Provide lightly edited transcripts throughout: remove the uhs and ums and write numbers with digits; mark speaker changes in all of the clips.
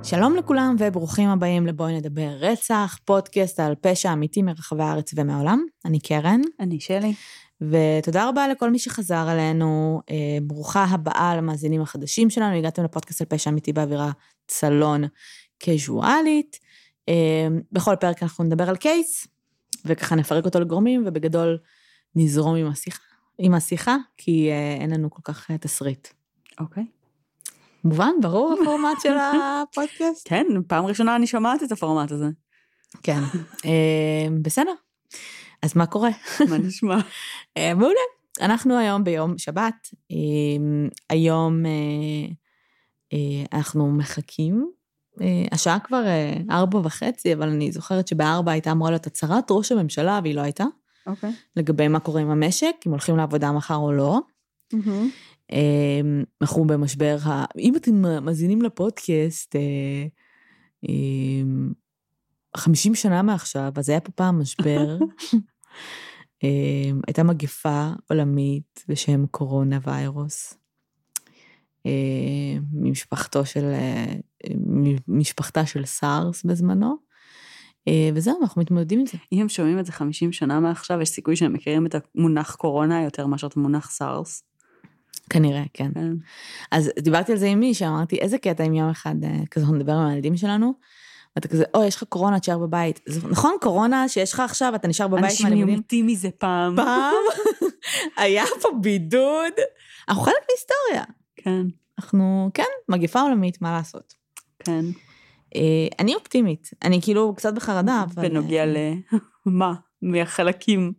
Speaker 1: שלום לכולם וברוכים הבאים לבואי נדבר רצח, פודקאסט על פשע אמיתי מרחבי הארץ ומהעולם. אני קרן.
Speaker 2: אני שלי.
Speaker 1: ותודה רבה לכל מי שחזר אלינו, ברוכה הבאה למאזינים החדשים שלנו, הגעתם לפודקאסט על פשע אמיתי באווירה סלון קזואלית. בכל פרק אנחנו נדבר על קייס, וככה נפרק אותו לגורמים, ובגדול נזרום עם השיחה, כי אין לנו כל כך תסריט.
Speaker 2: אוקיי.
Speaker 1: מובן, ברור הפורמט של הפודקאסט?
Speaker 2: כן, פעם ראשונה אני שומעת את הפורמט הזה.
Speaker 1: כן, בסדר. אז מה קורה?
Speaker 2: מה נשמע?
Speaker 1: מעולה. אנחנו היום ביום שבת, היום אנחנו מחכים, השעה כבר 4:30, אבל אני זוכרת שב4 הייתה אמורה להיות הצהרת ראש הממשלה, והיא לא הייתה.
Speaker 2: אוקיי.
Speaker 1: לגבי מה קורה עם המשק, אם הולכים לעבודה מחר או לא. אנחנו במשבר, אם אתם מאזינים לפודקאסט, 50 שנה מעכשיו, אז היה פה פעם משבר, הייתה מגפה עולמית בשם קורונה ויירוס, משפחתה של סארס בזמנו, וזהו, אנחנו מתמודדים עם זה.
Speaker 2: אם הם שומעים את זה 50 שנה מעכשיו, יש סיכוי שהם מכירים את המונח קורונה יותר מאשר את המונח סארס.
Speaker 1: כנראה, כן. אז דיברתי על זה עם מי, שאמרתי, איזה קטע עם יום אחד, כזה אנחנו נדבר עם הילדים שלנו, ואתה כזה, יש לך קורונה, תשאר בבית. נכון, קורונה שיש לך עכשיו, אתה נשאר בבית מהלימודים.
Speaker 2: אנשים מתים מזה פעם.
Speaker 1: היה פה בידוד. אנחנו חלק מהיסטוריה.
Speaker 2: כן.
Speaker 1: אנחנו, כן, מגפה עולמית, מה לעשות?
Speaker 2: כן.
Speaker 1: אני אופטימית. אני כאילו קצת בחרדה, אבל...
Speaker 2: בנוגע למה? מהחלקים?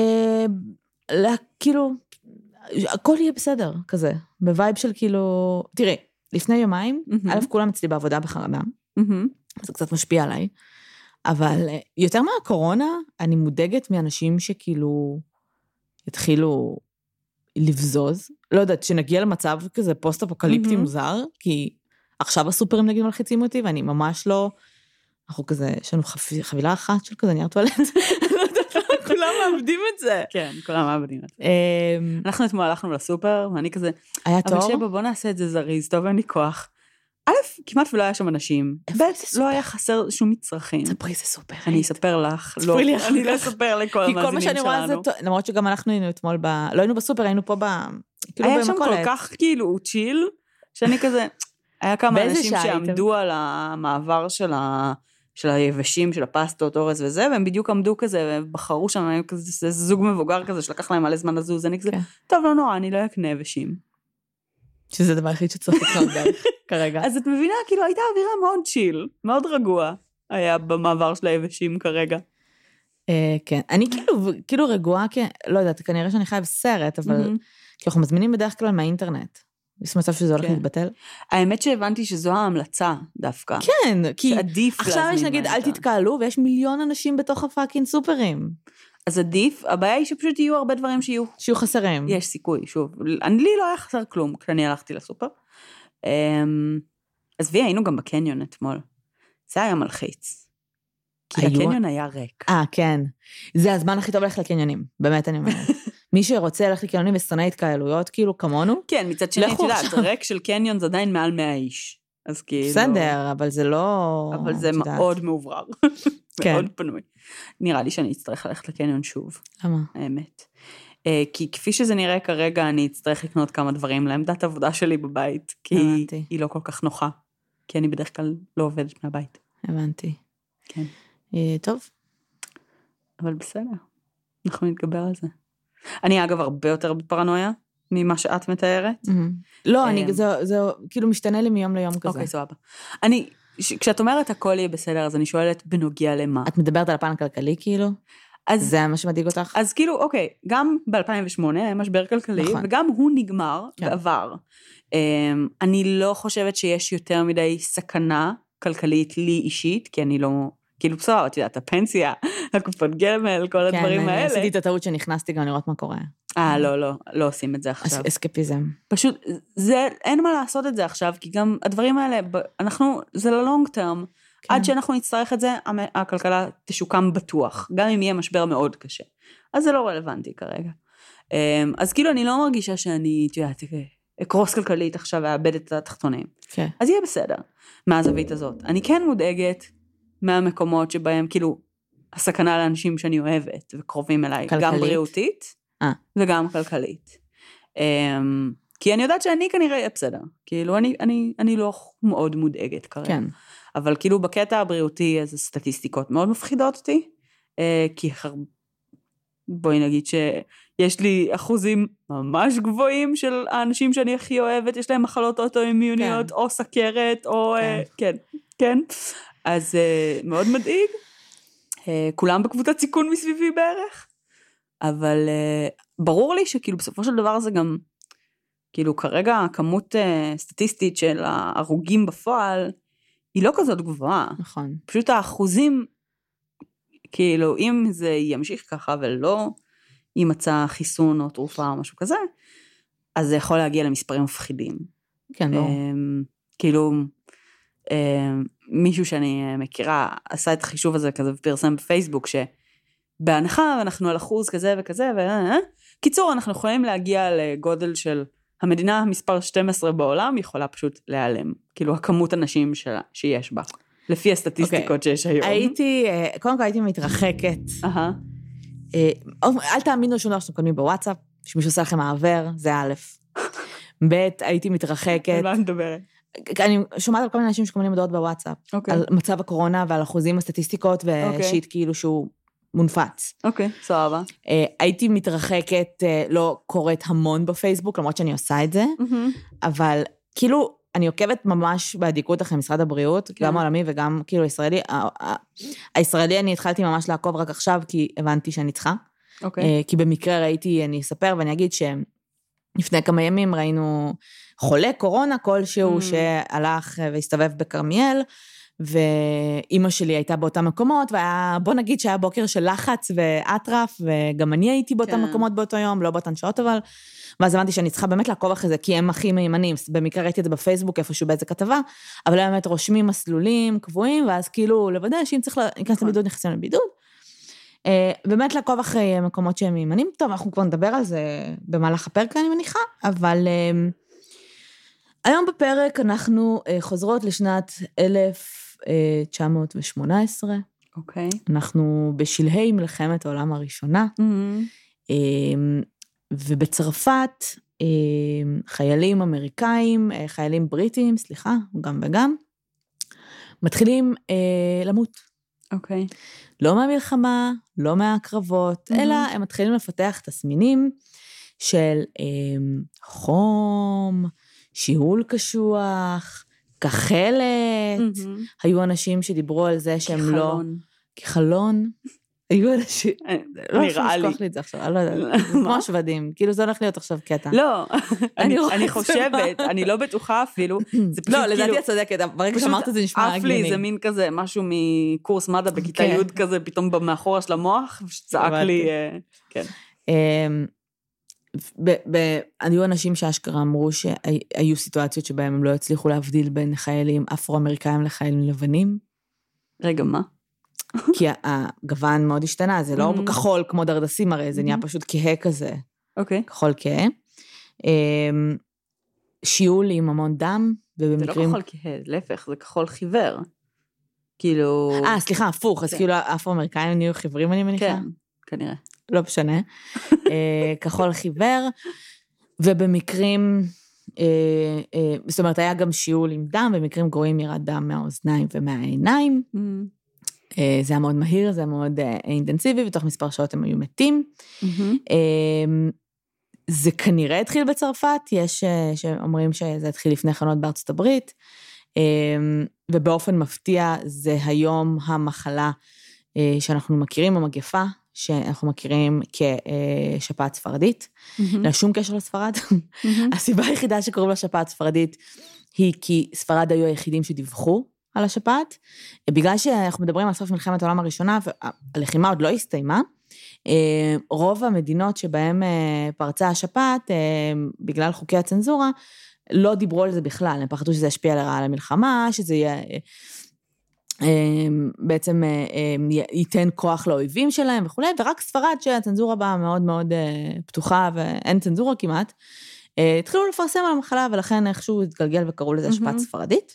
Speaker 1: כאילו... הכל יהיה בסדר, כזה, בווייב של כאילו, תראי, לפני יומיים, א' כולם אצלי בעבודה בחרדה, זה קצת משפיע עליי, אבל יותר מהקורונה, אני מודאגת מאנשים שכאילו, יתחילו לבזוז, לא יודעת, שנגיע למצב כזה פוסט-אפוקליפטי מוזר, כי עכשיו הסופרים נגיד מלחיצים אותי, ואני ממש לא, אנחנו כזה, יש לנו חבילה אחת של כזה נייר טואלט, לא יודעת, כולם מאבדים את זה.
Speaker 2: כן, כולם מאבדים את זה. אנחנו אתמול הלכנו לסופר, ואני כזה,
Speaker 1: היה טוב?
Speaker 2: אבל שבא, בוא נעשה את זה זריז, טוב, אין לי כוח. א', כמעט ולא היה שם אנשים. ב', לא היה חסר שום מצרכים.
Speaker 1: ספרי זה סופר.
Speaker 2: אני אספר לך.
Speaker 1: ספרי לי.
Speaker 2: אני לא אספר לכל המאזינים שלנו.
Speaker 1: כי כל מה שאני רואה זה, למרות שגם אנחנו היינו אתמול לא היינו בסופר, היינו פה
Speaker 2: היה שם כל כך כאילו צ'יל, שאני כזה, היה כמה אנשים שעמדו על המעבר של היבשים, של הפסטות, אורז וזה, והם בדיוק עמדו כזה, ובחרו שם, היו כזה זוג מבוגר כזה, שלקח להם מלא זמן לזוז, אני כזה, טוב, לא נורא, אני לא אקנה יבשים.
Speaker 1: שזה דבר הכי שצריך לקנות דרך, כרגע.
Speaker 2: אז את מבינה, כאילו, הייתה אווירה מאוד צ'יל, מאוד רגוע, היה במעבר של היבשים כרגע.
Speaker 1: כן, אני כאילו רגועה, לא יודעת, כנראה שאני חייב סרט, אבל כי אנחנו מזמינים בדרך כלל מהאינטרנט. יש מצב שזה הולך להתבטל?
Speaker 2: האמת שהבנתי שזו ההמלצה דווקא.
Speaker 1: כן, כי עכשיו יש נגיד, אל
Speaker 2: מהאינטרנט.
Speaker 1: תתקהלו, ויש מיליון אנשים בתוך הפאקינג סופרים.
Speaker 2: אז עדיף, הבעיה היא שפשוט יהיו הרבה דברים שיהיו
Speaker 1: חסרים.
Speaker 2: יש סיכוי, שוב. לי לא היה חסר כלום כשאני הלכתי לסופר. אז היינו גם בקניון אתמול. זה היה מלחיץ. כי הקניון היה ריק.
Speaker 1: כן. זה הזמן הכי טוב ללכת לקניונים. באמת אני אומרת. מי שרוצה ללכת לקניונים ושונא התקהלויות, כאילו כמונו.
Speaker 2: כן, מצד שני, את יודעת, ריק של קניון זה עדיין מעל 100 איש. אז כאילו...
Speaker 1: בסדר, אבל זה לא...
Speaker 2: אבל זה מאוד מאוברר. מאוד פנוי. נראה לי שאני אצטרך ללכת לקניון שוב.
Speaker 1: למה?
Speaker 2: האמת. כי כפי שזה נראה כרגע, אני אצטרך לקנות כמה דברים לעמדת עבודה שלי בבית, כי היא לא כל כך נוחה. כי אני בדרך כלל לא עובדת מהבית.
Speaker 1: הבנתי.
Speaker 2: כן.
Speaker 1: טוב.
Speaker 2: אבל בסדר. אנחנו נתגבר על זה. אני אגב הרבה יותר בפרנויה, ממה שאת מתארת.
Speaker 1: לא, זה כאילו משתנה לי מיום ליום כזה.
Speaker 2: אוקיי, סבבה. כשאת אומרת הכל יהיה בסדר, אז אני שואלת בנוגע למה.
Speaker 1: את מדברת על הפן הכלכלי כאילו? זה מה שמדאיג אותך?
Speaker 2: אז כאילו, אוקיי, גם ב-2008 היה משבר כלכלי, וגם הוא נגמר ועבר. אני לא חושבת שיש יותר מדי סכנה כלכלית לי אישית, כי אני לא... כאילו בסדר, את יודעת, הפנסיה, הקופות גמל, כל הדברים האלה.
Speaker 1: כן, עשיתי את הטעות שנכנסתי גם לראות מה קורה.
Speaker 2: לא עושים את זה עכשיו.
Speaker 1: אסקפיזם.
Speaker 2: פשוט, אין מה לעשות את זה עכשיו, כי גם הדברים האלה, זה ללונג טרם, עד שאנחנו נצטרך את זה, הכלכלה תשוקם בטוח, גם אם יהיה משבר מאוד קשה. אז זה לא רלוונטי כרגע. אז כאילו אני לא מרגישה שאני, את יודעת, קרוס כלכלית עכשיו ואאבד את התחתונים.
Speaker 1: כן.
Speaker 2: אז יהיה בסדר, מהזווית הזאת. אני כן מודאגת מהמקומות שבהם, כאילו, הסכנה לאנשים שאני אוהבת וקרובים אליי, כלכלית? גם בריאותית וגם כלכלית. כי אני יודעת שאני כנראה אהיה בסדר. כאילו, אני לא מאוד מודאגת כרגע.
Speaker 1: כן.
Speaker 2: אבל כאילו בקטע הבריאותי, אז הסטטיסטיקות מאוד מפחידות אותי, כי בואי נגיד שיש לי אחוזים ממש גבוהים של האנשים שאני הכי אוהבת, יש להם מחלות אוטואימיוניות, כן. או סכרת, או כן, כן. אז מאוד מדאיג. כולם בקבוצת סיכון מסביבי בערך, אבל ברור לי שכאילו בסופו של דבר זה גם, כאילו כרגע הכמות סטטיסטית של ההרוגים בפועל, היא לא כזאת גבוהה.
Speaker 1: נכון.
Speaker 2: פשוט האחוזים, כאילו, אם זה ימשיך ככה ולא יימצא חיסון או תרופה או משהו כזה, אז זה יכול להגיע למספרים מפחידים.
Speaker 1: כן, לא.
Speaker 2: כאילו, מישהו שאני מכירה עשה את החישוב הזה כזה ופרסם בפייסבוק, שבהנחה אנחנו על אחוז כזה וכזה, קיצור, אנחנו יכולים להגיע לגודל של המדינה המספר 12 בעולם יכולה פשוט להיעלם. כאילו, הכמות אנשים שיש בה. לפי הסטטיסטיקות שיש היום.
Speaker 1: קודם כל הייתי מתרחקת. אל תאמינו שום דבר שאתם קודמים בוואטסאפ, שמישהו עושה לכם מעבר, זה א'. ב', הייתי מתרחקת.
Speaker 2: על מה מדברת?
Speaker 1: אני שומעת על כל מיני אנשים שקומנים הודעות בוואטסאפ, על מצב הקורונה ועל אחוזים הסטטיסטיקות, ושיט כאילו שהוא מונפץ.
Speaker 2: אוקיי, סבבה.
Speaker 1: הייתי מתרחקת, לא קוראת המון בפייסבוק, למרות שאני עושה את זה, אבל כאילו, אני עוקבת ממש בעדיקות אחרי משרד הבריאות, גם העולמי וגם כאילו ישראלי. הישראלי אני התחלתי ממש לעקוב רק עכשיו, כי הבנתי שאני צריכה. כי במקרה ראיתי, אני אספר ואני אגיד שלפני כמה ימים ראינו חולה קורונה כלשהו שהלך והסתובב בקרמיאל, ואימא שלי הייתה באותם מקומות, בוא נגיד שהיה בוקר של לחץ ואטרף, וגם אני הייתי באותם מקומות באותו יום, לא באותן שעות אבל, ואז הבנתי שאני צריכה באמת לעקוב אחרי זה, כי הם הכי מהימנים, במקרה ראיתי את זה בפייסבוק איפשהו באיזה כתבה, אבל הם באמת רושמים מסלולים קבועים, ואז כאילו לוודא שאם צריך להיכנס לבידוד, נכנסים לבידוד, באמת לעקוב אחרי מקומות שהם מהימנים, טוב, אנחנו כבר נדבר על זה במהלך הפרק, אני מניחה, אבל היום בפרק אנחנו חוזרות לשנת 1918.
Speaker 2: אוקיי.
Speaker 1: אנחנו בשלהי מלחמת העולם הראשונה, ובצרפת חיילים אמריקאים, חיילים בריטים, סליחה, גם וגם, מתחילים למות.
Speaker 2: אוקיי.
Speaker 1: לא מהמלחמה, לא מהקרבות, אלא הם מתחילים לפתח תסמינים של חום, שיהול קשוח, כחלת, היו אנשים שדיברו על זה שהם לא... כחלון. היו אנשים...
Speaker 2: נראה לי.
Speaker 1: לא לשכוח לי את זה עכשיו, אני לא יודעת. כמו שבדים, כאילו זה הולך להיות עכשיו קטע.
Speaker 2: לא, אני חושבת, אני לא בטוחה אפילו, זה פשוט
Speaker 1: לא, לדעתי את צודקת, ברגע שאמרת את זה נשמע הגיוני.
Speaker 2: אף לי, זה מין כזה, משהו מקורס מדע בכיתה י' כזה, פתאום מאחורה של המוח, ושצעק לי, כן.
Speaker 1: היו אנשים שהאשכרה אמרו שהיו סיטואציות שבהם הם לא הצליחו להבדיל בין חיילים אפרו-אמריקאים לחיילים לבנים.
Speaker 2: רגע, מה?
Speaker 1: כי הגוון מאוד השתנה, זה לא כחול כמו דרדסים הרי, זה נהיה פשוט כהה כזה.
Speaker 2: אוקיי.
Speaker 1: כחול כהה. שיעול עם המון דם,
Speaker 2: ובמקרים... זה לא כחול כהה, להפך, זה כחול חיוור. כאילו...
Speaker 1: סליחה, הפוך, אז כאילו האפרו-אמריקאים נהיו חיוורים, אני מניחה?
Speaker 2: כן, כנראה.
Speaker 1: לא משנה. כחול חיוור, ובמקרים, זאת אומרת, היה גם שיעול עם דם, במקרים גרועים ירד דם מהאוזניים ומהעיניים. זה היה מאוד מהיר, זה היה מאוד אינטנסיבי, בתוך מספר שעות הם היו מתים. זה כנראה התחיל בצרפת, יש שאומרים שזה התחיל לפני חנות בארצות הברית, ובאופן מפתיע זה היום המחלה שאנחנו מכירים, המגפה, שאנחנו מכירים כשפעת ספרדית, לא שום קשר לספרד. הסיבה היחידה שקוראים לה שפעת ספרדית, היא כי ספרד היו היחידים שדיווחו על השפעת, בגלל שאנחנו מדברים על סוף מלחמת העולם הראשונה, והלחימה עוד לא הסתיימה, רוב המדינות שבהן פרצה השפעת, בגלל חוקי הצנזורה, לא דיברו על זה בכלל, הם פחדו שזה ישפיע לרעה על המלחמה, שזה יהיה... בעצם ייתן כוח לאויבים שלהם וכו', ורק ספרד שהצנזורה בה מאוד מאוד פתוחה, ואין צנזורה כמעט, התחילו לפרסם על המחלה, ולכן איכשהו התגלגל וקראו לזה שפעת ספרדית.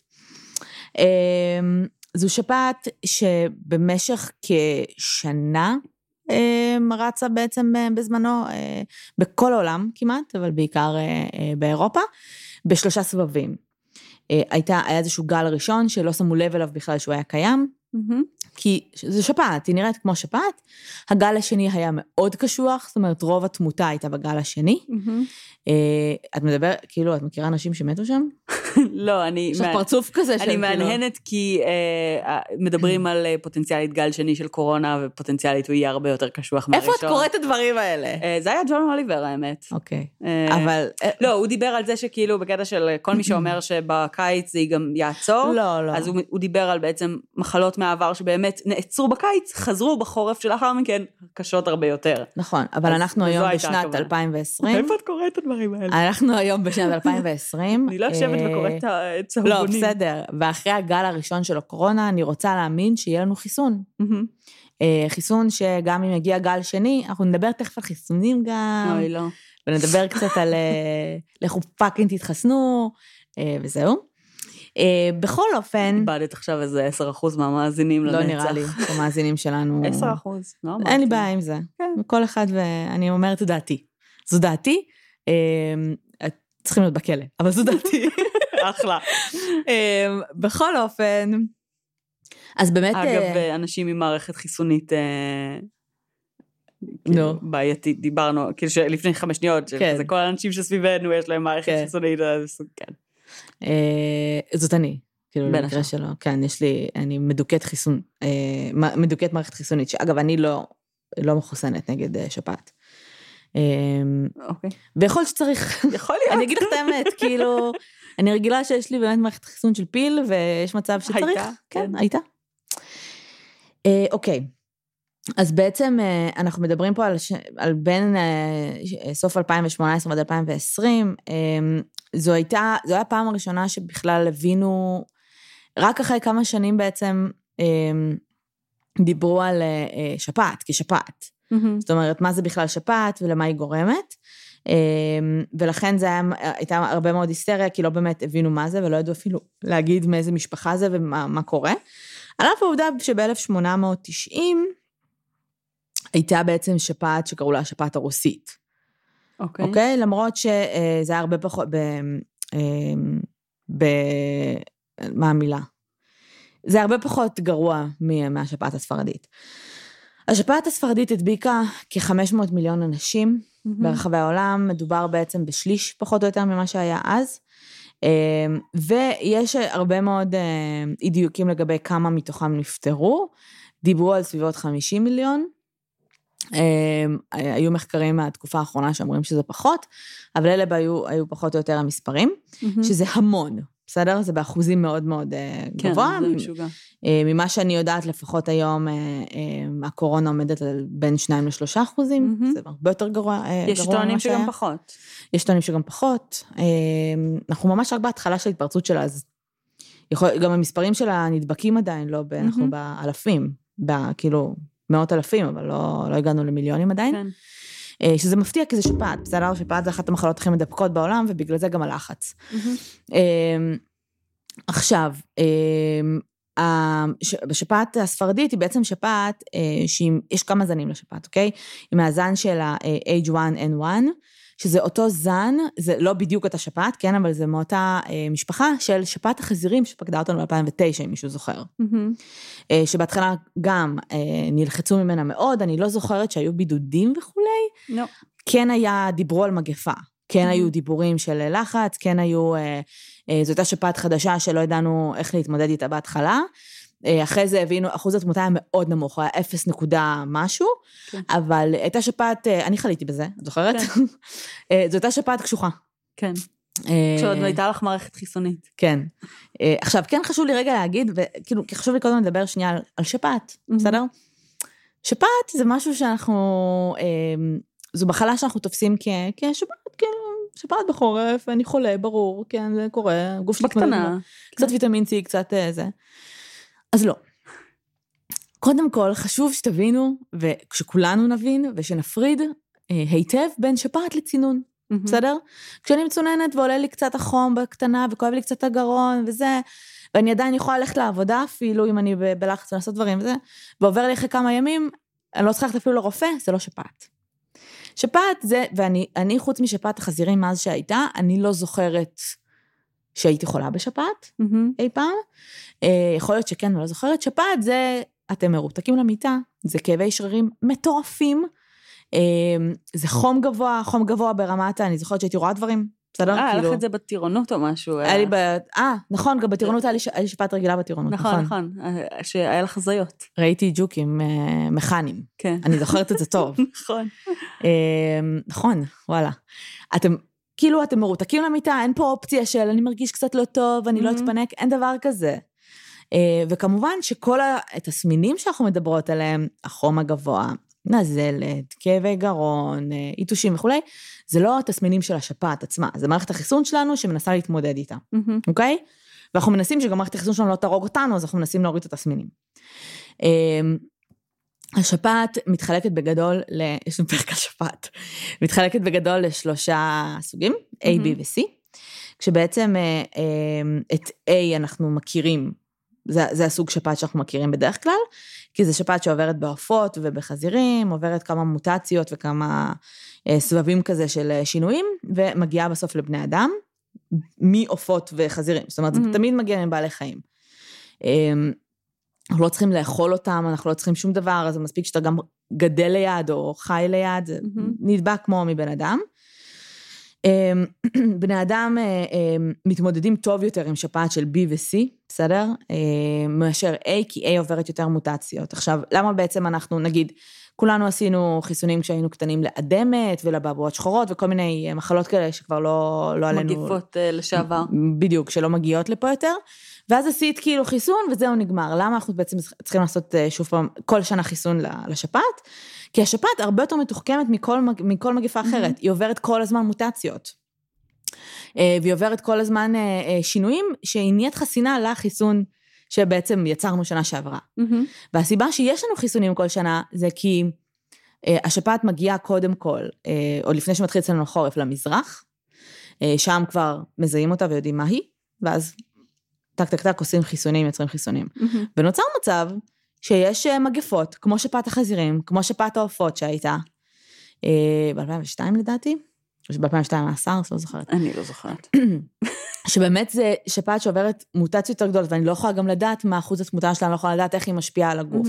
Speaker 1: זו שפעת שבמשך כשנה רצה בעצם בזמנו, בכל העולם כמעט, אבל בעיקר באירופה, ב3 סבבים. היה איזשהו גל ראשון שלא שמו לב אליו בכלל שהוא היה קיים, כי זה שפעת, היא נראית כמו שפעת, הגל השני היה מאוד קשוח, זאת אומרת רוב התמותה הייתה בגל השני, את מדברת, כאילו, את מכירה אנשים שמתו שם?
Speaker 2: לא, אני...
Speaker 1: יש לך פרצוף כזה של
Speaker 2: אני מעניינת כי מדברים על פוטנציאלית גל שני של קורונה, ופוטנציאלית הוא יהיה הרבה יותר קשוח מהראשון.
Speaker 1: איפה את קוראת את הדברים האלה?
Speaker 2: זה היה ג'ון אוליבר, האמת.
Speaker 1: אוקיי, אבל...
Speaker 2: לא, הוא דיבר על זה שכאילו, בקטע של כל מי שאומר שבקיץ זה גם יעצור, אז הוא דיבר על בעצם מחלות מהעבר שבאמת נעצרו בקיץ, חזרו בחורף שלאחר מכן, קשות הרבה יותר.
Speaker 1: נכון, אבל אנחנו היום בשנת 2020.
Speaker 2: איפה את קוראת את הדברים האלה?
Speaker 1: אנחנו היום בשנת 2020.
Speaker 2: אני לא יושבת וקוראת את צהובונים.
Speaker 1: לא, בסדר. ואחרי הגל הראשון של הקורונה, אני רוצה להאמין שיהיה לנו חיסון. חיסון שגם אם יגיע גל שני, אנחנו נדבר תכף על חיסונים גם.
Speaker 2: אוי, לא.
Speaker 1: ונדבר קצת על לכו פאקינג תתחסנו, וזהו. בכל אופן...
Speaker 2: איבדת עכשיו איזה 10% מהמאזינים לנצח.
Speaker 1: לא נראה לי, המאזינים שלנו...
Speaker 2: 10%, לא אמרתי.
Speaker 1: אין לי בעיה עם זה. כל אחד ואני אומרת את דעתי. זו דעתי, צריכים להיות בכלא, אבל זו דעתי.
Speaker 2: אחלה.
Speaker 1: בכל אופן, אז באמת...
Speaker 2: אגב, אנשים עם מערכת חיסונית בעייתית, דיברנו, כאילו לפני 5 שניות, שזה כל האנשים שסביבנו יש להם מערכת חיסונית, אז כן.
Speaker 1: זאת אני, כאילו במקרה שלו, כן, יש לי, אני מדוקת חיסון, מדוקת מערכת חיסונית, שאגב, אני לא מחוסנת נגד שפעת. ויכול שצריך,
Speaker 2: יכול להיות.
Speaker 1: אני אגיד לך את האמת, כאילו, אני רגילה שיש לי באמת מערכת חיסון של פיל, ויש מצב שצריך.
Speaker 2: הייתה?
Speaker 1: כן, הייתה. אוקיי, אז בעצם אנחנו מדברים פה על בין סוף 2018 ועד 2020, זו הייתה הפעם הראשונה שבכלל הבינו, רק אחרי כמה שנים בעצם דיברו על שפעת, כשפעת. זאת אומרת, מה זה בכלל שפעת ולמה היא גורמת, ולכן זה הייתה הרבה מאוד היסטריה, כי לא באמת הבינו מה זה, ולא ידעו אפילו להגיד מאיזה משפחה זה ומה קורה. על אף העובדה שב-1890 הייתה בעצם שפעת שקראו לה השפעת הרוסית. אוקיי? למרות שזה היה הרבה פחות, מה המילה? זה הרבה פחות גרוע מהשפעת הספרדית. השפעת הספרדית הדביקה כ-500 מיליון אנשים ברחבי העולם, מדובר בעצם בשליש פחות או יותר ממה שהיה אז, ויש הרבה מאוד אי דיוקים לגבי כמה מתוכם נפטרו, דיברו על סביבות 50 מיליון, היו מחקרים מהתקופה האחרונה שאומרים שזה פחות, אבל אלה היו פחות או יותר המספרים, שזה המון. בסדר? זה באחוזים מאוד מאוד גבוה.
Speaker 2: כן, זה משוגע.
Speaker 1: ממה שאני יודעת, לפחות היום, הקורונה עומדת על בין 2-3%, זה הרבה יותר גרוע.
Speaker 2: יש טוענים שגם פחות.
Speaker 1: יש טוענים שגם פחות. אנחנו ממש רק בהתחלה של התפרצות שלה, אז גם המספרים שלה נדבקים עדיין, לא, אנחנו באלפים, כאילו מאות אלפים, אבל לא הגענו למיליונים עדיין. כן. שזה מפתיע כי זה שפעת, בסדר? שפעת זה אחת המחלות הכי מדבקות בעולם, ובגלל זה גם הלחץ. עכשיו, בשפעת הספרדית היא בעצם שפעת, שיש כמה זנים לשפעת, אוקיי? היא מהזן של ה-H1N1, שזה אותו זן, זה לא בדיוק אותה שפעת, כן, אבל זה מאותה משפחה של שפעת החזירים שפקדה אותנו ב-2009, אם מישהו זוכר. שבהתחלה גם נלחצו ממנה מאוד, אני לא זוכרת שהיו בידודים וכולי.
Speaker 2: לא.
Speaker 1: כן דיברו על מגפה, כן היו דיבורים של לחץ, כן היו, זו הייתה שפעת חדשה שלא ידענו איך להתמודד איתה בהתחלה, אחרי זה הבינו, אחוז התמותה היה מאוד נמוך, היה 0 נקודה משהו, אבל הייתה שפעת, אני חליתי בזה, את זוכרת? זו הייתה שפעת קשוחה.
Speaker 2: כן. כשעוד הייתה לך מערכת חיסונית.
Speaker 1: כן. עכשיו, כן חשוב לי רגע להגיד, וכאילו, חשוב לי קודם לדבר שנייה על שפעת, בסדר? שפעת זה משהו שאנחנו, זו מחלה שאנחנו תופסים כשפעת, כאילו, שפעת בחורף, אני חולה, ברור, כן, זה קורה, גוף שלי
Speaker 2: בקטנה.
Speaker 1: קצת ויטמין C, קצת זה. אז לא. קודם כל, חשוב שתבינו, וכשכולנו נבין, ושנפריד היטב בין שפעת לצינון. בסדר? כשאני מצוננת ועולה לי קצת החום בקטנה, וכואב לי קצת הגרון וזה, ואני עדיין יכולה ללכת לעבודה אפילו, אם אני בלחץ ולעשות דברים וזה, ועובר לי אחרי כמה ימים, אני לא צריכה ללכת אפילו לרופא, זה לא שפעת. שפעת זה, ואני חוץ משפעת החזירים מאז שהייתה, אני לא זוכרת שהייתי חולה בשפעת, אי פעם. יכול להיות שכן, אני לא זוכרת. שפעת זה, אתם מרותקים למיטה, זה כאבי שרירים מטורפים, זה חום גבוה ברמת, אני זוכרת שהייתי רואה דברים, בסדר?
Speaker 2: היה לך את זה בטירונות או משהו?
Speaker 1: נכון, גם בטירונות היה לי שפעת רגילה בטירונות.
Speaker 2: נכון, שהיה לך זיות.
Speaker 1: ראיתי ג'וקים מכניים.
Speaker 2: כן.
Speaker 1: אני זוכרת את זה טוב.
Speaker 2: נכון.
Speaker 1: נכון, וואלה. אתם מרותקים למיטה, אין פה אופציה של אני מרגיש קצת לא טוב, אני לא אתפנק, אין דבר כזה. וכמובן שכל התסמינים שאנחנו מדברות עליהם, החום הגבוה, נזלת, כאבי גרון, עיתושים וכולי, זה לא התסמינים של השפעת עצמה, זה מערכת החיסון שלנו שמנסה להתמודד איתה, אוקיי? ואנחנו מנסים שגם מערכת החיסון שלנו לא תרוג אותנו, אז אנחנו מנסים להוריד את התסמינים. השפעת מתחלקת בגדול, יש לנו פרק על שפעת, מתחלקת בגדול לשלושה סוגים, A, B ו-C, כשבעצם את A אנחנו מכירים, זה הסוג שפעת שאנחנו מכירים בדרך כלל, כי זה שפעת שעוברת בעופות ובחזירים, עוברת כמה מוטציות וכמה סבבים כזה של שינויים, ומגיעה בסוף לבני אדם, מעופות וחזירים, זאת אומרת, זה תמיד מגיע מבעלי חיים. אנחנו לא צריכים לאכול אותם, אנחנו לא צריכים שום דבר, אז זה מספיק שאתה גם גדל ליד או חי ליד, זה נדבק כמו מבן אדם. בני אדם מתמודדים טוב יותר עם שפעת של B ו-C, בסדר? מאשר A, כי A עוברת יותר מוטציות. עכשיו, למה בעצם אנחנו, נגיד, כולנו עשינו חיסונים כשהיינו קטנים לאדמת ולבעבועות שחורות, וכל מיני מחלות כאלה שכבר לא עלינו.
Speaker 2: מגיפות לשעבר.
Speaker 1: בדיוק, שלא מגיעות לפה יותר. ואז עשית כאילו חיסון, וזהו נגמר. למה אנחנו בעצם צריכים לעשות שוב פעם, כל שנה חיסון לשפעת? כי השפעת הרבה יותר מתוחכמת מכל מגיפה אחרת. היא עוברת כל הזמן מוטציות. והיא עוברת כל הזמן שינויים, שהיא נהיית חסינה לחיסון שבעצם יצרנו שנה שעברה. והסיבה שיש לנו חיסונים כל שנה, זה כי השפעת מגיעה קודם כל, עוד לפני שמתחיל אצלנו חורף, למזרח, שם כבר מזהים אותה ויודעים מה היא, ואז טק, עושים חיסונים, יוצרים חיסונים. ונוצר מצב שיש מגפות, כמו שפעת החזירים, כמו שפעת העופות שהייתה, ב-2002 לדעתי, או שב-2002 היה לא זוכרת.
Speaker 2: אני לא זוכרת.
Speaker 1: שבאמת זה שפעת שעוברת מוטציות יותר גדולות, ואני לא יכולה גם לדעת מה אחוז התמותה שלה, אני לא יכולה לדעת איך היא משפיעה על הגוף.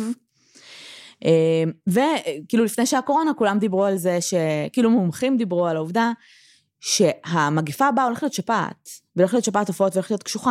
Speaker 1: וכאילו לפני שהקורונה, כולם דיברו על זה, כאילו מומחים דיברו על העובדה, שהמגפה הבאה הולכת להיות שפעת, והולכת להיות שפעת עופות והולכת להיות קשוחה.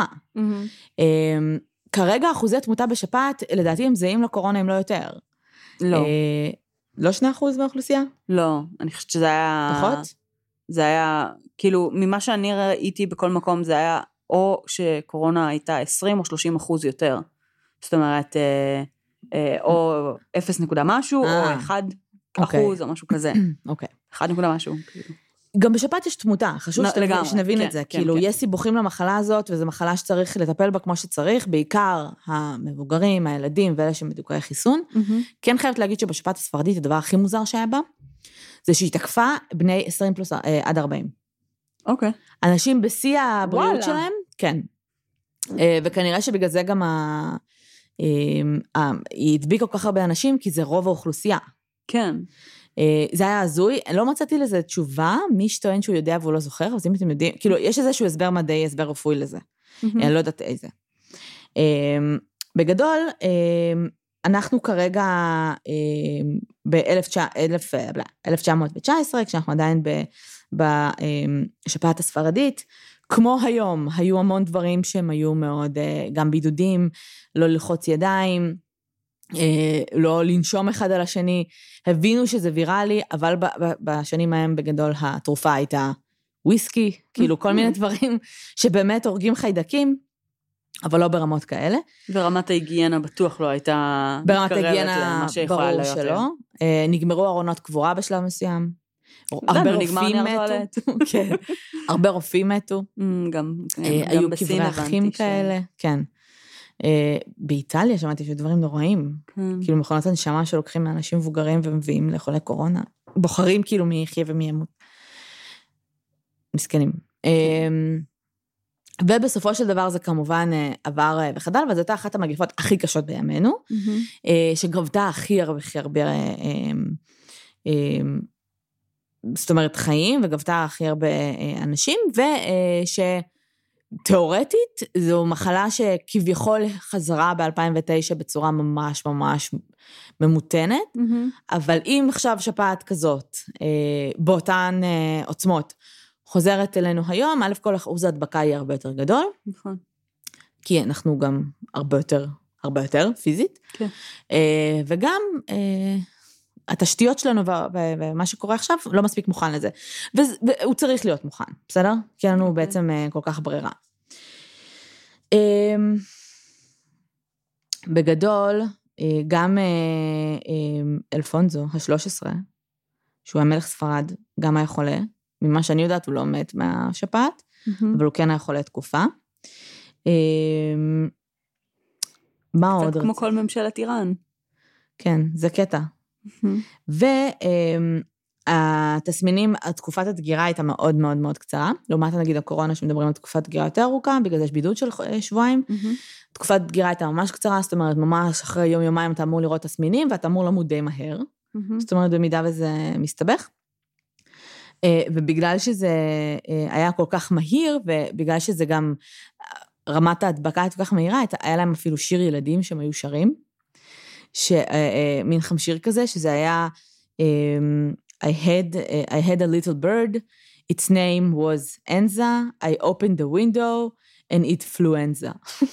Speaker 1: כרגע אחוזי תמותה בשפעת, לדעתי הם זהים לקורונה, הם לא יותר.
Speaker 2: לא.
Speaker 1: לא 2% מהאוכלוסייה?
Speaker 2: לא, אני חושבת שזה היה...
Speaker 1: פחות?
Speaker 2: זה היה, כאילו, ממה שאני ראיתי בכל מקום, זה היה או שקורונה הייתה 20 או 30% יותר. זאת אומרת, או 0 נקודה משהו, או 1% או משהו כזה.
Speaker 1: אוקיי.
Speaker 2: 1 נקודה משהו, כאילו.
Speaker 1: גם בשפעת יש תמותה, חשוב שנבין את זה, כאילו יש סיבוכים למחלה הזאת, וזו מחלה שצריך לטפל בה כמו שצריך, בעיקר המבוגרים, הילדים, ואלה שמדוכאי חיסון. כן חייבת להגיד שבשפעת הספרדית, הדבר הכי מוזר שהיה בה, זה שהיא תקפה בני 20 פלוס עד 40.
Speaker 2: אוקיי.
Speaker 1: אנשים בשיא הבריאות שלהם, כן. וכנראה שבגלל זה גם היא הדביקה כל כך הרבה אנשים, כי זה רוב האוכלוסייה.
Speaker 2: כן.
Speaker 1: זה היה הזוי, לא מצאתי לזה תשובה, מי שטוען שהוא יודע והוא לא זוכר, אז אם אתם יודעים, כאילו, יש איזשהו הסבר מדעי, הסבר רפואי לזה. אני לא יודעת איזה. בגדול, אנחנו כרגע ב-1919, כשאנחנו עדיין בשפעת הספרדית, כמו היום, היו המון דברים שהם היו מאוד, גם בידודים, לא ללחוץ ידיים, לא לנשום אחד על השני, הבינו שזה ויראלי, אבל בשנים ההם בגדול התרופה הייתה וויסקי, כאילו כל מיני דברים שבאמת הורגים חיידקים, אבל לא ברמות כאלה.
Speaker 2: ורמת ההיגיינה בטוח לא הייתה
Speaker 1: ברמת ההיגיינה ברור שלא. נגמרו ארונות קבורה בשלב מסוים. הרבה רופאים מתו. הרבה רופאים מתו. היו קברי אחים כאלה, כן. באיטליה שמעתי שדברים נוראים, כאילו מכונות הנשמה שלוקחים מאנשים מבוגרים ומביאים לחולי קורונה, בוחרים כאילו מי יחיה ומי ימות. מסכנים. ובסופו של דבר זה כמובן עבר וחדל, וזו הייתה אחת המגפות הכי קשות בימינו, שגרבתה הכי הרבה, זאת אומרת חיים, וגרבתה הכי הרבה אנשים, ושתיאורטית זו מחלה שכביכול חזרה ב-2009 בצורה ממש ממש ממותנת, אבל אם עכשיו שפעת כזאת, באותן עוצמות, חוזרת אלינו היום, א' כל אחוז ההדבקה יהיה הרבה יותר גדול.
Speaker 2: נכון.
Speaker 1: כי אנחנו גם הרבה יותר פיזית.
Speaker 2: כן.
Speaker 1: וגם התשתיות שלנו ומה שקורה עכשיו לא מספיק מוכן לזה. והוא צריך להיות מוכן, בסדר? כי לנו בעצם כל כך ברירה. בגדול, גם אלפונזו, ה-13, שהוא המלך ספרד, גם היה חולה, ממה שאני יודעת, הוא לא מת מהשפעת, אבל הוא כן היה חולה תקופה. מה עוד?
Speaker 2: קצת כמו כל ממשלת איראן.
Speaker 1: כן, זה קטע. והתסמינים, תקופת הדגירה הייתה מאוד מאוד מאוד קצרה, לעומת נגיד הקורונה שמדברים על תקופת דגירה יותר ארוכה, בגלל יש בידוד של שבועיים. תקופת דגירה הייתה ממש קצרה, זאת אומרת, ממש אחרי יום-יומיים אתה אמור לראות תסמינים, ואתה אמור למוד די מהר. זאת אומרת, במידה וזה מסתבך. ובגלל שזה היה כל כך מהיר, ובגלל שזה גם רמת ההדבקה הייתה כל כך מהירה, היה להם אפילו שיר ילדים שהם היו שרים, מין חמשיר כזה, שזה היה I had a little bird, its name was Enza, I opened the window, and it fluenza.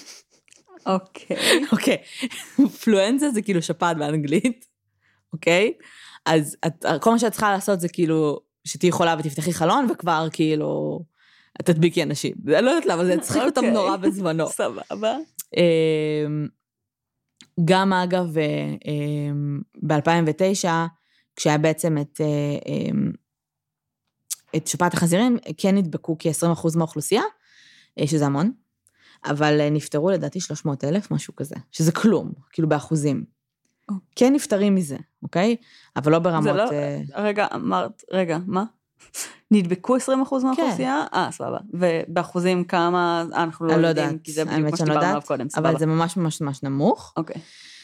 Speaker 2: אוקיי.
Speaker 1: פלואנזה זה כאילו שפעת באנגלית, אוקיי? אז כל מה שאת צריכה לעשות זה כאילו, שתהי חולה ותפתחי חלון, וכבר כאילו, תדביקי אנשים. אני לא יודעת למה, זה יצחיק אותם נורא בזמנו.
Speaker 2: סבבה.
Speaker 1: גם אגב, ב-2009, כשהיה בעצם את שפעת החזירים, כן נדבקו כ-20% מהאוכלוסייה, שזה המון, אבל נפטרו לדעתי 300,000, משהו כזה, שזה כלום, כאילו באחוזים. כן נפטרים מזה, אוקיי? אבל לא ברמות...
Speaker 2: רגע, מה? נדבקו 20% מהאוכלוסייה? סבבה. ובאחוזים כמה אנחנו לא יודעים, כי זה בדיוק מה שדיברנו עליו קודם, סבבה.
Speaker 1: אבל זה ממש ממש ממש נמוך.
Speaker 2: אוקיי.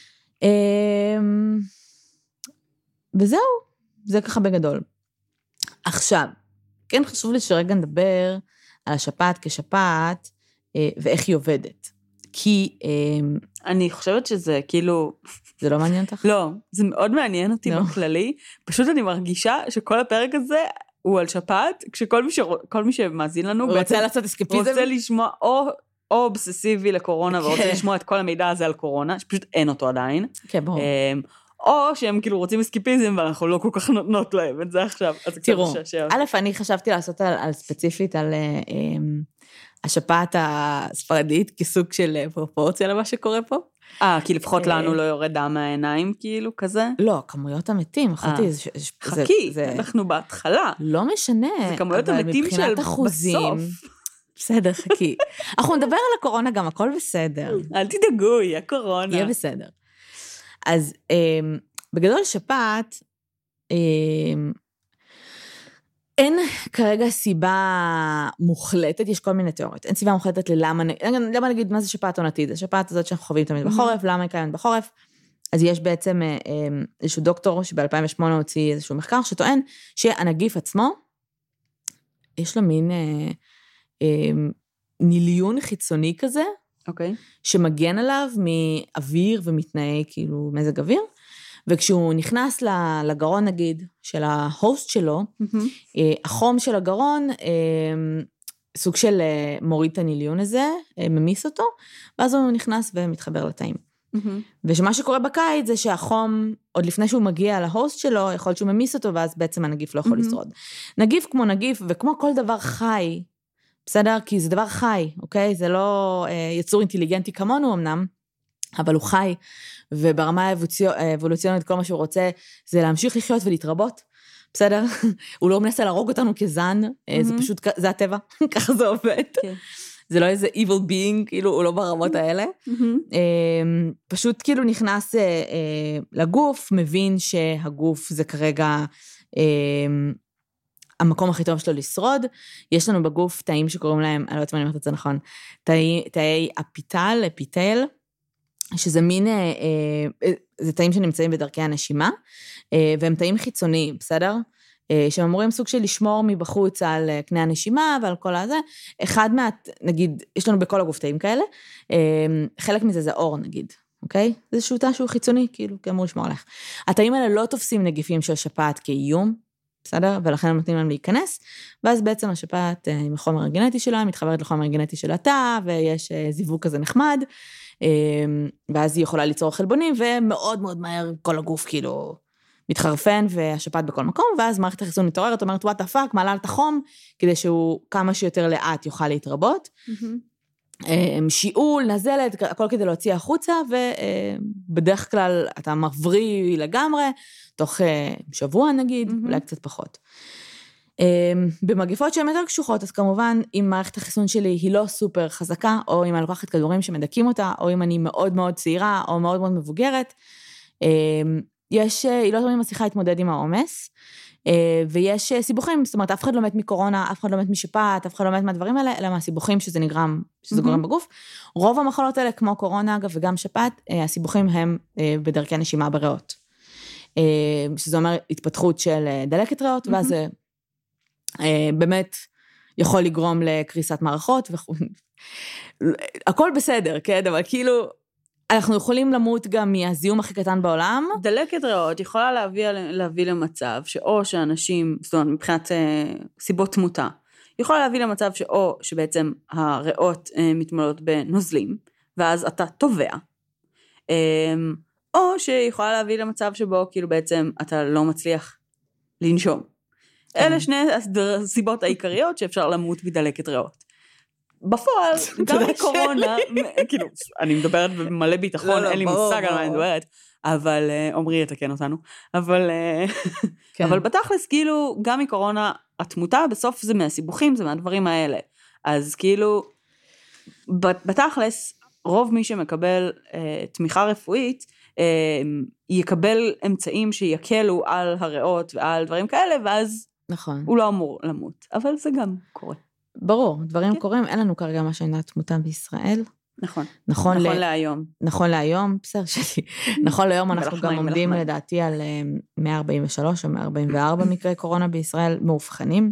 Speaker 1: וזהו, זה ככה בגדול. עכשיו, כן חשוב לי שרגע נדבר על השפעת כשפעת, ואיך היא עובדת. כי...
Speaker 2: אני חושבת שזה כאילו...
Speaker 1: זה לא מעניין אותך?
Speaker 2: לא, זה מאוד מעניין אותי בכללי. פשוט אני מרגישה שכל הפרק הזה הוא על שפעת, כשכל מי שמאזין לנו...
Speaker 1: רוצה לעשות אסקפיזם?
Speaker 2: רוצה לשמוע או אובססיבי לקורונה, ורוצה לשמוע את כל המידע הזה על קורונה, שפשוט אין אותו עדיין.
Speaker 1: כן, ברור.
Speaker 2: או שהם כאילו רוצים אסקפיזם, ואנחנו לא כל כך נותנות להם את זה עכשיו.
Speaker 1: תראו, א', אני חשבתי לעשות ספציפית על... השפעת הספרדית כסוג של פרופורציה למה שקורה פה.
Speaker 2: כי לפחות לנו לא יורד דם מהעיניים, כאילו, כזה?
Speaker 1: לא, כמויות המתים, אחותי.
Speaker 2: חכי, אנחנו בהתחלה.
Speaker 1: לא משנה.
Speaker 2: זה כמויות המתים של בסוף.
Speaker 1: בסדר, חכי. אנחנו נדבר על הקורונה גם, הכל בסדר.
Speaker 2: אל תדאגו, יהיה קורונה.
Speaker 1: יהיה בסדר. אז בגדול שפעת, אין כרגע סיבה מוחלטת, יש כל מיני תיאוריות, אין סיבה מוחלטת למה נגיד מה זה שפעת עונתית, זה שפעת הזאת שאנחנו חווים תמיד בחורף, למה היא קיימת בחורף, אז יש בעצם איזשהו דוקטור שב-2008 הוציא איזשהו מחקר שטוען שהנגיף עצמו, יש לו מין ניליון חיצוני כזה, שמגן עליו מאוויר ומתנאי כאילו מזג אוויר, וכשהוא נכנס לגרון, נגיד, של ההוסט שלו, החום של הגרון, סוג של מוריד את הניליון הזה, ממיס אותו, ואז הוא נכנס ומתחבר לתאים. ושמה שקורה בקיץ זה שהחום, עוד לפני שהוא מגיע להוסט שלו, יכול להיות שהוא ממיס אותו, ואז בעצם הנגיף לא יכול לשרוד. נגיף כמו נגיף, וכמו כל דבר חי, בסדר? כי זה דבר חי, אוקיי? זה לא יצור אינטליגנטי כמונו אמנם, אבל הוא חי, וברמה האבולוציונית כל מה שהוא רוצה, זה להמשיך לחיות ולהתרבות, בסדר? הוא לא מנסה להרוג אותנו כזן, זה פשוט, זה הטבע, ככה זה עובד. זה לא איזה evil being, כאילו, הוא לא ברמות האלה. פשוט כאילו נכנס לגוף, מבין שהגוף זה כרגע המקום הכי טוב שלו לשרוד. יש לנו בגוף תאים שקוראים להם, אני לא יודעת מה אני אומרת את זה נכון, תאי אפיטל, שזה מין, זה תאים שנמצאים בדרכי הנשימה, והם תאים חיצוניים, בסדר? שהם אמורים סוג של לשמור מבחוץ על קנה הנשימה ועל כל הזה. אחד נגיד, יש לנו בכל הגוף תאים כאלה, חלק מזה זה אור נגיד, אוקיי? זה איזשהו תא שהוא חיצוני, כאילו, כאמור לשמור עליך. התאים האלה לא תופסים נגיפים של שפעת כאיום, בסדר? ולכן הם נותנים להם להיכנס, ואז בעצם השפעת עם החומר הגנטי שלה, מתחברת לחומר הגנטי של התא, ויש זיווג כזה נחמד, ואז היא יכולה ליצור חלבונים, ומאוד מאוד מהר כל הגוף כאילו מתחרפן, והשפעת בכל מקום, ואז מערכת החיסון מתעוררת, אומרת, what the fuck, מעלה את החום, כדי שהוא כמה שיותר לאט יוכל להתרבות. שיעול, נזלת, הכל כדי להוציא החוצה, ובדרך כלל אתה מבריא לגמרי, תוך שבוע נגיד, אולי קצת פחות. במגפות שהן יותר קשוחות, אז כמובן, אם מערכת החיסון שלי היא לא סופר חזקה, או אם אני לוקחת כדורים שמדקים אותה, או אם אני מאוד מאוד צעירה, או מאוד מאוד מבוגרת, היא לא תמיד מצליחה להתמודד עם העומס, ויש סיבוכים, זאת אומרת, אף אחד לא מת מקורונה, אף אחד לא מת משפעת, אף אחד לא מת מהדברים האלה, אלא מהסיבוכים שזה גורם בגוף. רוב המחלות האלה, כמו קורונה, אגב, וגם שפעת, הסיבוכים הם בדרכי נשימה בריאות. שזה אומר התפתחות של דלקת ריאות, ואז זה באמת יכול לגרום לקריסת מערכות, הכל בסדר, כן? אבל כאילו, אנחנו יכולים למות גם מהזיהום הכי קטן בעולם.
Speaker 2: דלקת ריאות יכולה להביא למצב שאו שאנשים, זאת אומרת, מבחינת סיבות תמותה, יכולה להביא למצב שאו שבעצם הריאות מתמלאות בנוזלים, ואז אתה טובע, או שיכולה להביא למצב שבו כאילו בעצם אתה לא מצליח לנשום. אלה שני הסיבות העיקריות שאפשר למות מדלקת ריאות. בפועל, גם מקורונה, כאילו, אני מדברת במלא ביטחון, אין לי מושג על מה אני מדברת, אבל, עומרי יתקן אותנו, אבל בתכלס, כאילו, גם מקורונה, התמותה בסוף זה מהסיבוכים, זה מהדברים האלה. אז כאילו, בתכלס, רוב מי שמקבל תמיכה רפואית, יקבל אמצעים שיקלו על הריאות ועל דברים כאלה, ואז הוא לא אמור למות, אבל זה גם קורה.
Speaker 1: ברור, דברים קורים, אין לנו כרגע מה שאינה תמותה בישראל.
Speaker 2: נכון להיום.
Speaker 1: נכון להיום, בסדר שלי. נכון להיום אנחנו גם עומדים לדעתי על 143 או 144 מקרי קורונה בישראל מאובחנים.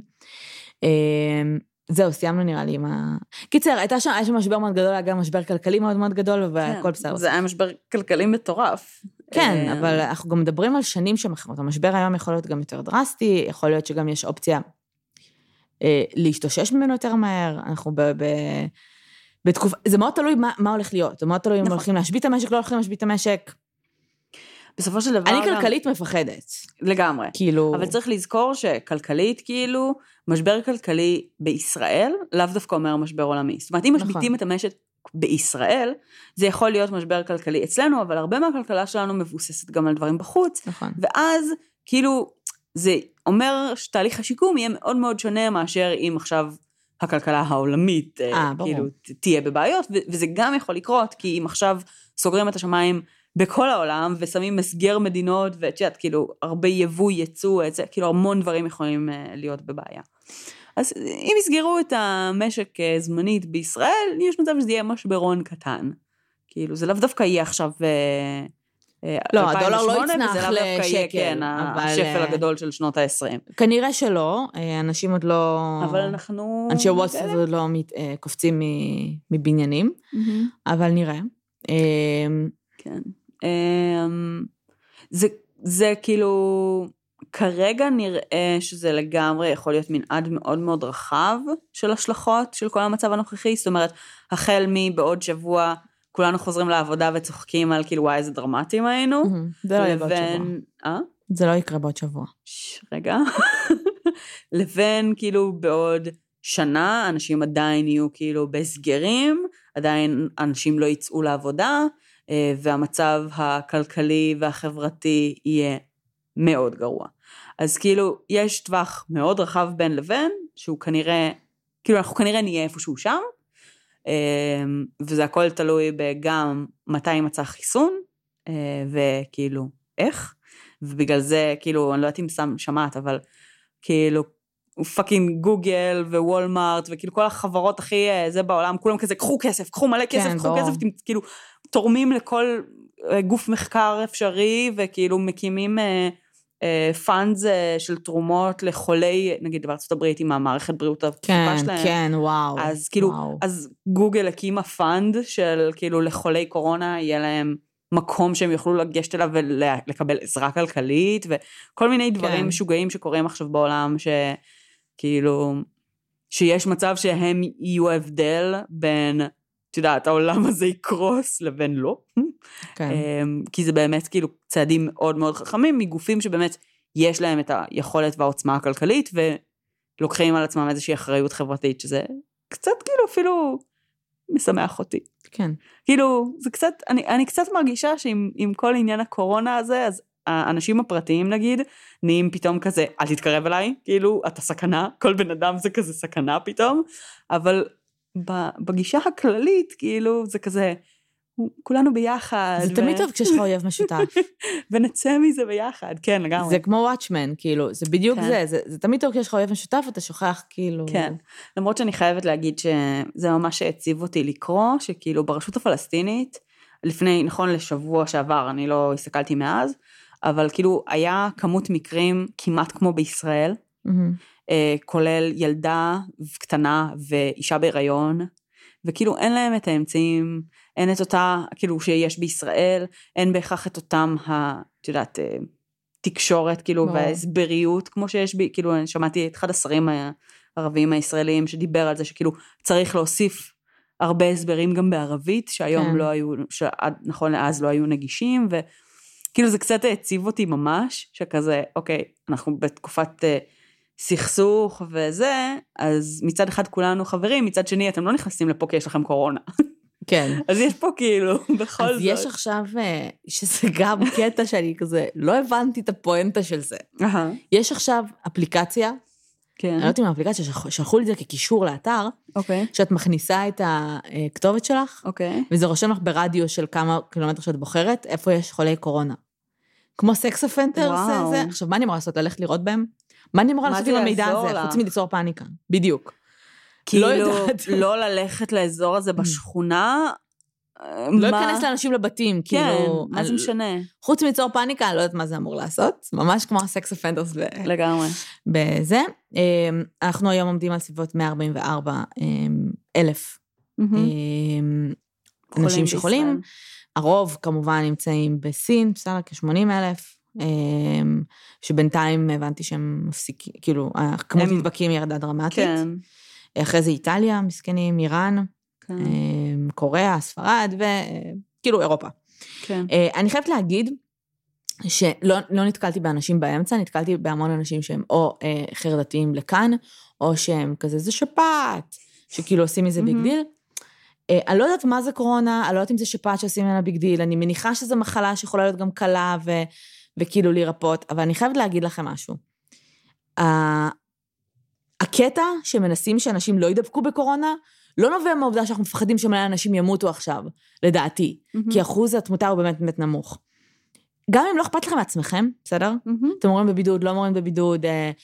Speaker 1: זהו, סיימנו נראה לי עם קיצר, היה שם משבר מאוד גדול, היה גם משבר כלכלי מאוד מאוד גדול, והכל בסדר.
Speaker 2: זה היה משבר כלכלי מטורף.
Speaker 1: כן, אבל אנחנו גם מדברים על שנים שמחרות. המשבר היום יכול להיות גם יותר דרסטי, יכול להיות שגם יש אופציה להשתושש ממנו יותר מהר, אנחנו בתקופה, זה מאוד תלוי מה הולך להיות, זה מאוד תלוי אם הולכים להשבית את המשק, לא הולכים להשבית את המשק.
Speaker 2: בסופו של דבר
Speaker 1: אני כלכלית מפחדת.
Speaker 2: לגמרי.
Speaker 1: כאילו...
Speaker 2: אבל צריך לזכור שכלכלית, כאילו, משבר כלכלי בישראל, לאו דווקא אומר משבר עולמי. זאת אומרת, אם משביתים את המשק בישראל, זה יכול להיות משבר כלכלי אצלנו, אבל הרבה מהכלכלה שלנו מבוססת גם על דברים בחוץ, ואז, כאילו, זה אומר שתהליך השיקום יהיה מאוד מאוד שונה מאשר אם עכשיו הכלכלה העולמית כאילו תהיה בבעיות, וזה גם יכול לקרות, כי אם עכשיו סוגרים את השמיים בכל העולם, ושמים מסגר מדינות, ואת כאילו הרבה יבוא יצוא, כאילו המון דברים יכולים להיות בבעיה. אז אם יסגרו את המשק זמנית בישראל, יש מצב שזה יהיה משברון קטן. כאילו זה לאו דווקא יהיה עכשיו...
Speaker 1: לא, הדולר לא יצנח לשקל,
Speaker 2: השפל הגדול של שנות ה-20.
Speaker 1: כנראה שלא, אנשים עוד לא...
Speaker 2: אבל אנחנו...
Speaker 1: אנשי וול סטריט עוד לא קופצים מבניינים, אבל נראה.
Speaker 2: כן. זה כאילו... כרגע נראה שזה לגמרי יכול להיות מנעד מאוד מאוד רחב של השלכות של כל המצב הנוכחי, זאת אומרת, החל מבעוד שבוע... כולנו חוזרים לעבודה וצוחקים על כאילו וואי איזה דרמטיים היינו.
Speaker 1: זה לא יהיה בעוד שבוע. זה לא יקרה בעוד שבוע.
Speaker 2: רגע. לבין כאילו בעוד שנה, אנשים עדיין יהיו כאילו בסגרים, עדיין אנשים לא יצאו לעבודה, והמצב הכלכלי והחברתי יהיה מאוד גרוע. אז כאילו יש טווח מאוד רחב בין לבין, שהוא כנראה, כאילו אנחנו כנראה נהיה איפשהו שם, וזה הכל תלוי בגם מתי ימצא חיסון, וכאילו איך, ובגלל זה, כאילו, אני לא יודעת אם שמעת, אבל כאילו, פאקינג גוגל ווולמארט, וכאילו כל החברות הכי זה בעולם, כולם כזה, קחו כסף, קחו מלא כסף, קחו כסף, כאילו תורמים לכל גוף מחקר אפשרי, וכאילו מקימים פאנדס של תרומות לחולי, נגיד בארצות הברית עם המערכת בריאות הפשוטה שלהם.
Speaker 1: כן, וואו.
Speaker 2: אז כאילו, אז גוגל הקימה פאנד של כאילו לחולי קורונה, יהיה להם מקום שהם יוכלו לגשת אליו ולקבל עזרה כלכלית, וכל מיני דברים משוגעים שקורים עכשיו בעולם, שכאילו, שיש מצב שהם יהיו הבדל בין, את יודעת, העולם הזה יקרוס לבין לא. כי זה באמת כאילו צעדים מאוד מאוד חכמים, מגופים שבאמת יש להם את היכולת והעוצמה הכלכלית, ולוקחים על עצמם איזושהי אחריות חברתית, שזה קצת כאילו אפילו משמח אותי.
Speaker 1: כן.
Speaker 2: כאילו, זה קצת, אני קצת מרגישה שעם כל עניין הקורונה הזה, אז האנשים הפרטיים נגיד, נהיים פתאום כזה, אל תתקרב אליי, כאילו, אתה סכנה, כל בן אדם זה כזה סכנה פתאום, אבל בגישה הכללית, כאילו, זה כזה, כולנו ביחד.
Speaker 1: זה תמיד טוב כשיש לך אויב משותף.
Speaker 2: ונצא מזה ביחד, כן, לגמרי.
Speaker 1: זה כמו וואטשמן, כאילו, זה בדיוק זה תמיד טוב כשיש לך אויב משותף, אתה שוכח, כאילו.
Speaker 2: כן, למרות שאני חייבת להגיד שזה ממש הציב אותי לקרוא, שכאילו ברשות הפלסטינית, לפני, נכון, לשבוע שעבר, אני לא הסתכלתי מאז, אבל כאילו היה כמות מקרים כמעט כמו בישראל, כולל ילדה קטנה ואישה בהיריון, וכאילו אין להם את האמצעים, אין את אותה, כאילו שיש בישראל, אין בהכרח את אותם, את יודעת, תקשורת, כאילו, והסבריות, כמו שיש בי, כאילו, אני שמעתי את אחד השרים הערביים הישראלים, שדיבר על זה, שכאילו, צריך להוסיף הרבה הסברים גם בערבית, שהיום לא היו, נכון, אז לא היו נגישים, וכאילו, זה קצת הציב אותי ממש, שכזה, אוקיי, אנחנו בתקופת סכסוך וזה, אז מצד אחד כולנו חברים, מצד שני, אתם לא נכנסים לפה כי יש לכם קורונה.
Speaker 1: כן.
Speaker 2: אז יש פה כאילו, בכל זאת.
Speaker 1: אז יש עכשיו, שזה גם קטע שאני כזה, לא הבנתי את הפואנטה של זה. יש עכשיו אפליקציה, אני לא יודעת אם האפליקציה, שלחו לי את זה כקישור לאתר, שאת מכניסה את הכתובת שלך, וזה רושם לך ברדיו של כמה קילומטר שאת בוחרת, איפה יש חולי קורונה. כמו סקס אפנטר, זה. עכשיו, מה אני אמורה לעשות? ללכת לראות בהם? מה אני אמורה לעשות עם המידע הזה? חוץ מליצור פאניקה. בדיוק.
Speaker 2: כאילו, לא ללכת לאזור הזה בשכונה.
Speaker 1: לא להיכנס לאנשים לבתים, כאילו.
Speaker 2: כן, מה זה משנה?
Speaker 1: חוץ מליצור פאניקה, לא יודעת מה זה אמור לעשות. ממש כמו הסקס אפנטרס.
Speaker 2: לגמרי.
Speaker 1: בזה. אנחנו היום עומדים על סביבות 144,000 אנשים שחולים. הרוב כמובן נמצאים בסין, בסדר, כ-80,000. שבינתיים הבנתי שהם מפסיקים, כאילו, הכמות נדבקים ירדה דרמטית. כן. אחרי זה איטליה, מסכנים, איראן, קוריאה, ספרד, וכאילו אירופה. כן. אני חייבת להגיד, שלא נתקלתי באנשים באמצע, נתקלתי בהמון אנשים שהם או חרדתיים לכאן, או שהם כזה, זה שפעת, שכאילו עושים מזה ביג דיל. אני לא יודעת מה זה קורונה, אני לא יודעת אם זה שפעת שעושים ממנה ביג דיל, אני מניחה שזו מחלה שיכולה להיות גם קלה וכאילו להירפות, אבל אני חייבת להגיד לכם משהו. הקטע שמנסים שאנשים לא ידבקו בקורונה, לא נובע מהעובדה שאנחנו מפחדים שמלא אנשים ימותו עכשיו, לדעתי, כי אחוז התמותה הוא באמת באמת נמוך. גם אם לא אכפת לכם מעצמכם, בסדר? אתם אומרים בבידוד, לא אומרים בבידוד,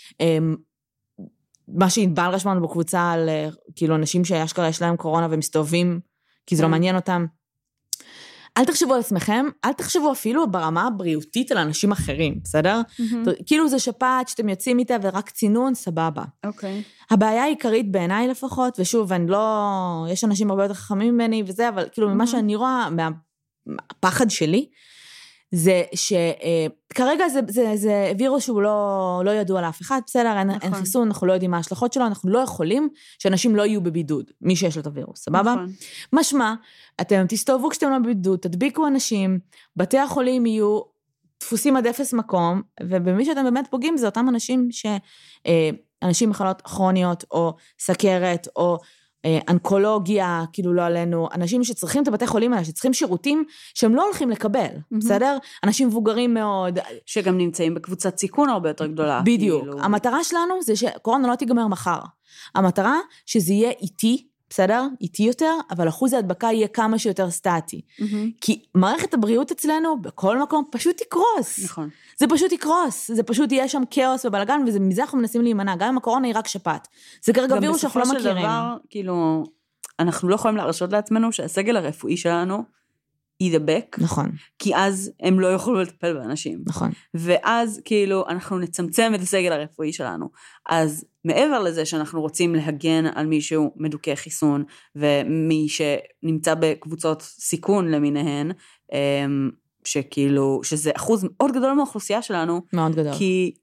Speaker 1: מה שהתבעל רשמנו בקבוצה על כאילו אנשים שאשכרה יש להם קורונה ומסתובבים, כי זה לא מעניין אותם. אל תחשבו על עצמכם, אל תחשבו אפילו ברמה הבריאותית על אנשים אחרים, בסדר? כאילו זה שפעת שאתם יוצאים איתה ורק צינון, סבבה.
Speaker 2: אוקיי.
Speaker 1: הבעיה העיקרית בעיניי לפחות, ושוב, אני לא, יש אנשים הרבה יותר חכמים ממני וזה, אבל כאילו ממה שאני רואה, מהפחד שלי, זה שכרגע זה וירוס שהוא לא ידוע לאף אחד, בסדר, אין חיסון, אנחנו לא יודעים מה ההשלכות שלו, אנחנו לא יכולים שאנשים לא יהיו בבידוד, מי שיש לו את הווירוס, סבבה? משמע, אתם תסתובבו כשאתם לא בבידוד, תדביקו אנשים, בתי החולים יהיו דפוסים עד אפס מקום, ובמי שאתם באמת פוגעים זה אותם אנשים אנשים מחלות כרוניות, או סכרת, או אנקולוגיה, כאילו לא עלינו, אנשים שצריכים את הבתי חולים האלה, שצריכים שירותים שהם לא הולכים לקבל, בסדר? אנשים מבוגרים מאוד.
Speaker 2: שגם נמצאים בקבוצת סיכון הרבה יותר גדולה.
Speaker 1: בדיוק. המטרה שלנו זה שקורונה לא תיגמר מחר. המטרה שזה יהיה איטי, בסדר? איטי יותר, אבל אחוז ההדבקה יהיה כמה שיותר סטטי. כי מערכת הבריאות אצלנו, בכל מקום, פשוט תקרוס.
Speaker 2: נכון.
Speaker 1: זה פשוט יקרוס, זה פשוט יהיה שם כאוס ובלגן, ומזה אנחנו מנסים להימנע, גם אם הקורונה היא רק שפעת. זה כרגע וירוס שאנחנו לא מכירים.
Speaker 2: גם בסופו של דבר, כאילו, אנחנו לא יכולים להרשות לעצמנו שהסגל הרפואי שלנו ידבק.
Speaker 1: נכון.
Speaker 2: כי אז הם לא יוכלו לטפל באנשים.
Speaker 1: נכון.
Speaker 2: ואז כאילו אנחנו נצמצם את הסגל הרפואי שלנו. אז מעבר לזה שאנחנו רוצים להגן על מישהו מדוכא חיסון, ומי שנמצא בקבוצות סיכון למיניהן, שכאילו, שזה אחוז מאוד גדול מהאוכלוסייה שלנו.
Speaker 1: מאוד גדול.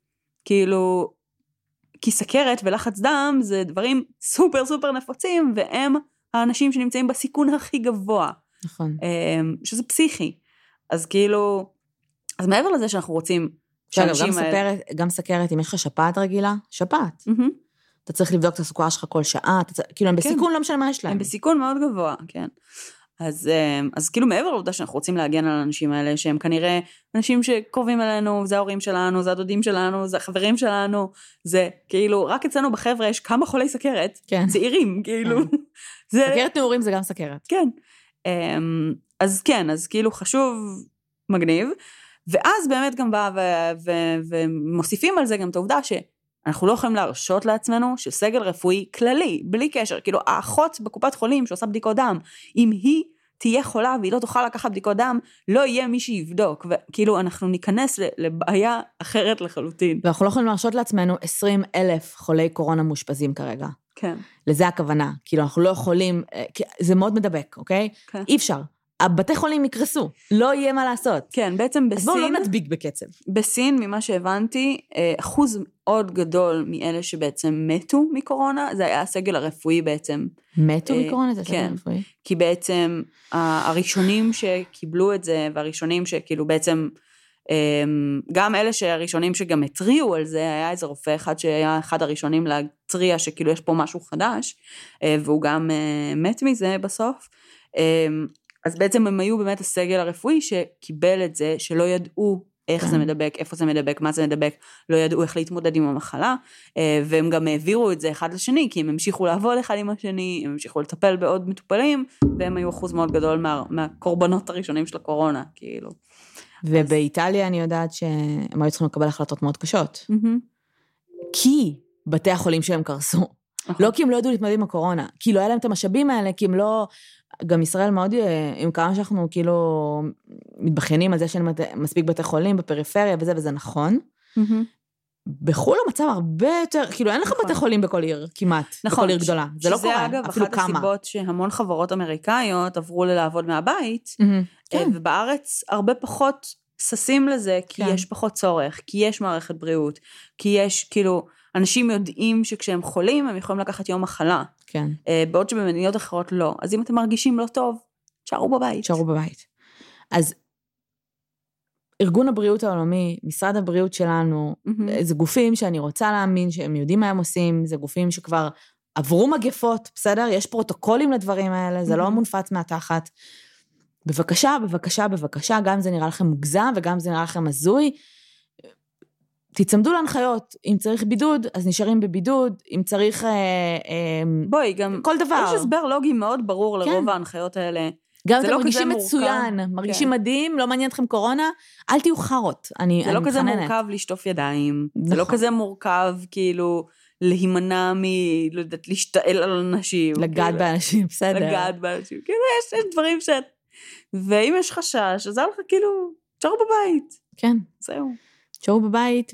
Speaker 2: כי סכרת ולחץ דם זה דברים סופר סופר נפוצים, והם האנשים שנמצאים בסיכון הכי גבוה.
Speaker 1: נכון.
Speaker 2: שזה פסיכי. אז כאילו, אז מעבר לזה שאנחנו רוצים
Speaker 1: גם סכרת, אם יש לך שפעת רגילה, שפעת. אתה צריך לבדוק את הסוכר שלך כל שעה, כאילו הם בסיכון, לא משנה מה יש להם.
Speaker 2: הם בסיכון מאוד גבוה, כן. אז כאילו מעבר לעובדה שאנחנו רוצים להגן על האנשים האלה, שהם כנראה אנשים שקרובים אלינו, זה ההורים שלנו, זה הדודים שלנו, זה החברים שלנו, זה כאילו, רק אצלנו בחבר'ה יש כמה חולי סכרת, צעירים, כאילו.
Speaker 1: סכרת נעורים זה גם סכרת.
Speaker 2: כן. אז כן, אז כאילו חשוב, מגניב, ואז באמת גם בא ומוסיפים על זה גם את העובדה שאנחנו לא יכולים להרשות לעצמנו שסגל רפואי כללי, בלי קשר, כאילו האחות בקופת חולים שעושה בדיקות דם, אם היא תהיה חולה והיא לא תוכל לקחת בדיקות דם, לא יהיה מי שיבדוק, וכאילו אנחנו ניכנס לבעיה אחרת לחלוטין.
Speaker 1: ואנחנו לא יכולים להרשות לעצמנו 20,000 חולי קורונה מאושפזים כרגע.
Speaker 2: כן.
Speaker 1: לזה הכוונה, כאילו אנחנו לא יכולים, זה מאוד מדבק, אוקיי? כן. אי אפשר. הבתי חולים יקרסו, לא יהיה מה לעשות.
Speaker 2: כן, בעצם בסין...
Speaker 1: אז בואו לא נדביק בקצב.
Speaker 2: בסין, ממה שהבנתי, אחוז מאוד גדול מאלה שבעצם מתו מקורונה, זה היה הסגל הרפואי בעצם.
Speaker 1: מתו מקורונה? זה הסגל הרפואי?
Speaker 2: כן, כי בעצם הראשונים שקיבלו את זה, והראשונים שכאילו בעצם, גם אלה שהראשונים שגם התריעו על זה, היה איזה רופא אחד שהיה אחד הראשונים להתריע שכאילו יש פה משהו חדש, והוא גם מת מזה בסוף. אז בעצם הם היו באמת הסגל הרפואי שקיבל את זה, שלא ידעו איך זה מדבק, איפה זה מדבק, מה זה מדבק, לא ידעו איך להתמודד עם המחלה, והם גם העבירו את זה אחד לשני, כי הם המשיכו לעבוד אחד עם השני, הם המשיכו לטפל בעוד מטופלים, והם היו אחוז מאוד גדול מהקורבנות הראשונים של הקורונה, כאילו.
Speaker 1: ובאיטליה אני יודעת שהם היו צריכים לקבל החלטות מאוד קשות. כי בתי החולים שלהם קרסו. לא כי הם לא ידעו להתמודד עם הקורונה, כי לא היה להם את המשאבים האלה, כי הם לא... גם ישראל מאוד, עם כמה שאנחנו כאילו מתבחנים על זה שאין מספיק בתי חולים בפריפריה וזה נכון. בחול המצב הרבה יותר, כאילו אין לך בתי חולים בכל עיר כמעט, בכל עיר גדולה. זה לא קורה, אפילו כמה.
Speaker 2: שזה אגב אחת הסיבות שהמון חברות אמריקאיות עברו לעבוד מהבית, ובארץ הרבה פחות ססים לזה, כי יש פחות צורך, כי יש מערכת בריאות, כי יש כאילו... אנשים יודעים שכשהם חולים, הם יכולים לקחת יום מחלה.
Speaker 1: כן.
Speaker 2: בעוד שבמדינות אחרות לא. אז אם אתם מרגישים לא טוב, תשארו בבית.
Speaker 1: תשארו בבית. אז ארגון הבריאות העולמי, משרד הבריאות שלנו, זה גופים שאני רוצה להאמין שהם יודעים מה הם עושים, זה גופים שכבר עברו מגפות, בסדר? יש פרוטוקולים לדברים האלה, זה לא מונפץ מהתחת. בבקשה, בבקשה, בבקשה, גם אם זה נראה לכם מוגזם, וגם אם זה נראה לכם הזוי, תצמדו להנחיות, אם צריך בידוד, אז נשארים בבידוד, אם צריך
Speaker 2: בואי, גם
Speaker 1: כל דבר.
Speaker 2: יש הסבר לוגי מאוד ברור לרוב ההנחיות האלה.
Speaker 1: גם אתם מרגישים מצוין, מרגישים מדהים, לא מעניין אתכם קורונה, אל תהיו חרות, אני מתחננת.
Speaker 2: זה לא כזה מורכב לשטוף ידיים, זה לא כזה מורכב כאילו להימנע לא יודעת, להשתעל על אנשים.
Speaker 1: לגעת באנשים, בסדר.
Speaker 2: לגעת באנשים, כאילו יש דברים ואם יש חשש, אז הלכה כאילו, תשארו בבית.
Speaker 1: כן.
Speaker 2: זהו.
Speaker 1: תשארו בבית,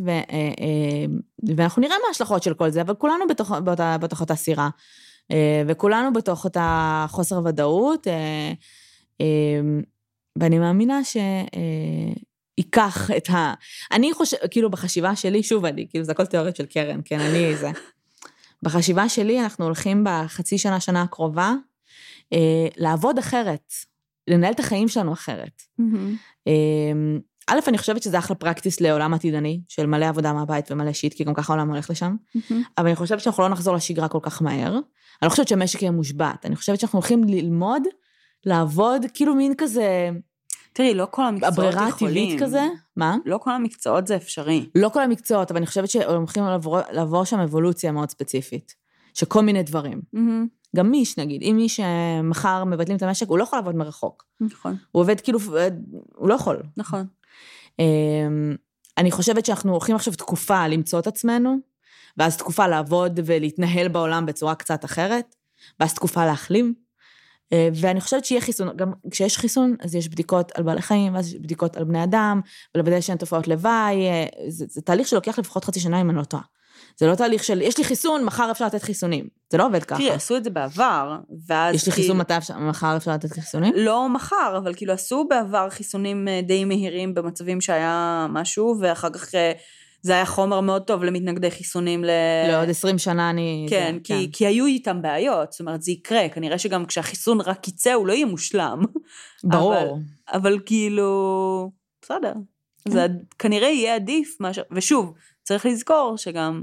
Speaker 1: ואנחנו נראה מה ההשלכות של כל זה, אבל כולנו בתוך אותה סירה, וכולנו בתוך אותה חוסר ודאות, ואני מאמינה ייקח את אני חושב, כאילו בחשיבה שלי, שוב כאילו זה הכל תיאוריות של קרן, כן, אני זה. בחשיבה שלי אנחנו הולכים בחצי שנה הקרובה, לעבוד אחרת, לנהל את החיים שלנו אחרת. א', אני חושבת שזה אחלה פרקטיס לעולם עתידני, של מלא עבודה מהבית ומלא שיט, כי גם ככה העולם הולך לשם, אבל אני חושבת שאנחנו לא נחזור לשגרה כל כך מהר, אני לא חושבת שהמשק יהיה מושבת, אני חושבת שאנחנו הולכים ללמוד, לעבוד, כאילו מין כזה...
Speaker 2: תראי, לא כל המקצועות יכולים.
Speaker 1: הברירה הטבעית כזה, מה?
Speaker 2: לא כל המקצועות זה אפשרי.
Speaker 1: לא כל המקצועות, אבל אני חושבת שהולכים לעבור שם אבולוציה מאוד ספציפית, שכל מיני דברים. גמיש נגיד, אם מי שמחר מבטלים את המשק, הוא לא יכול לעבוד מרחוק.
Speaker 2: נכון.
Speaker 1: הוא עובד כאילו, הוא לא יכול.
Speaker 2: נכון.
Speaker 1: אני חושבת שאנחנו הולכים עכשיו תקופה למצוא את עצמנו, ואז תקופה לעבוד ולהתנהל בעולם בצורה קצת אחרת, ואז תקופה להחלים, ואני חושבת שיהיה חיסון, גם כשיש חיסון, אז יש בדיקות על בעלי חיים, ואז יש בדיקות על בני אדם, ולוודא שאין תופעות לוואי, זה תהליך שלוקח לפחות חצי שנה אם אני לא טועה. זה לא תהליך של, יש לי חיסון, מחר אפשר לתת חיסונים. זה לא עובד ככה.
Speaker 2: תראי, עשו את זה בעבר, ואז...
Speaker 1: יש לי חיסון מחר אפשר לתת חיסונים?
Speaker 2: לא מחר, אבל כאילו עשו בעבר חיסונים די מהירים במצבים שהיה משהו, ואחר כך זה היה חומר מאוד טוב למתנגדי חיסונים
Speaker 1: לעוד 20 שנה אני...
Speaker 2: כן, כי היו איתם בעיות, זאת אומרת, זה יקרה, כנראה שגם כשהחיסון רק יצא, הוא לא יהיה מושלם.
Speaker 1: ברור.
Speaker 2: אבל כאילו, בסדר. זה כנראה יהיה עדיף, ושוב, צריך לזכור שגם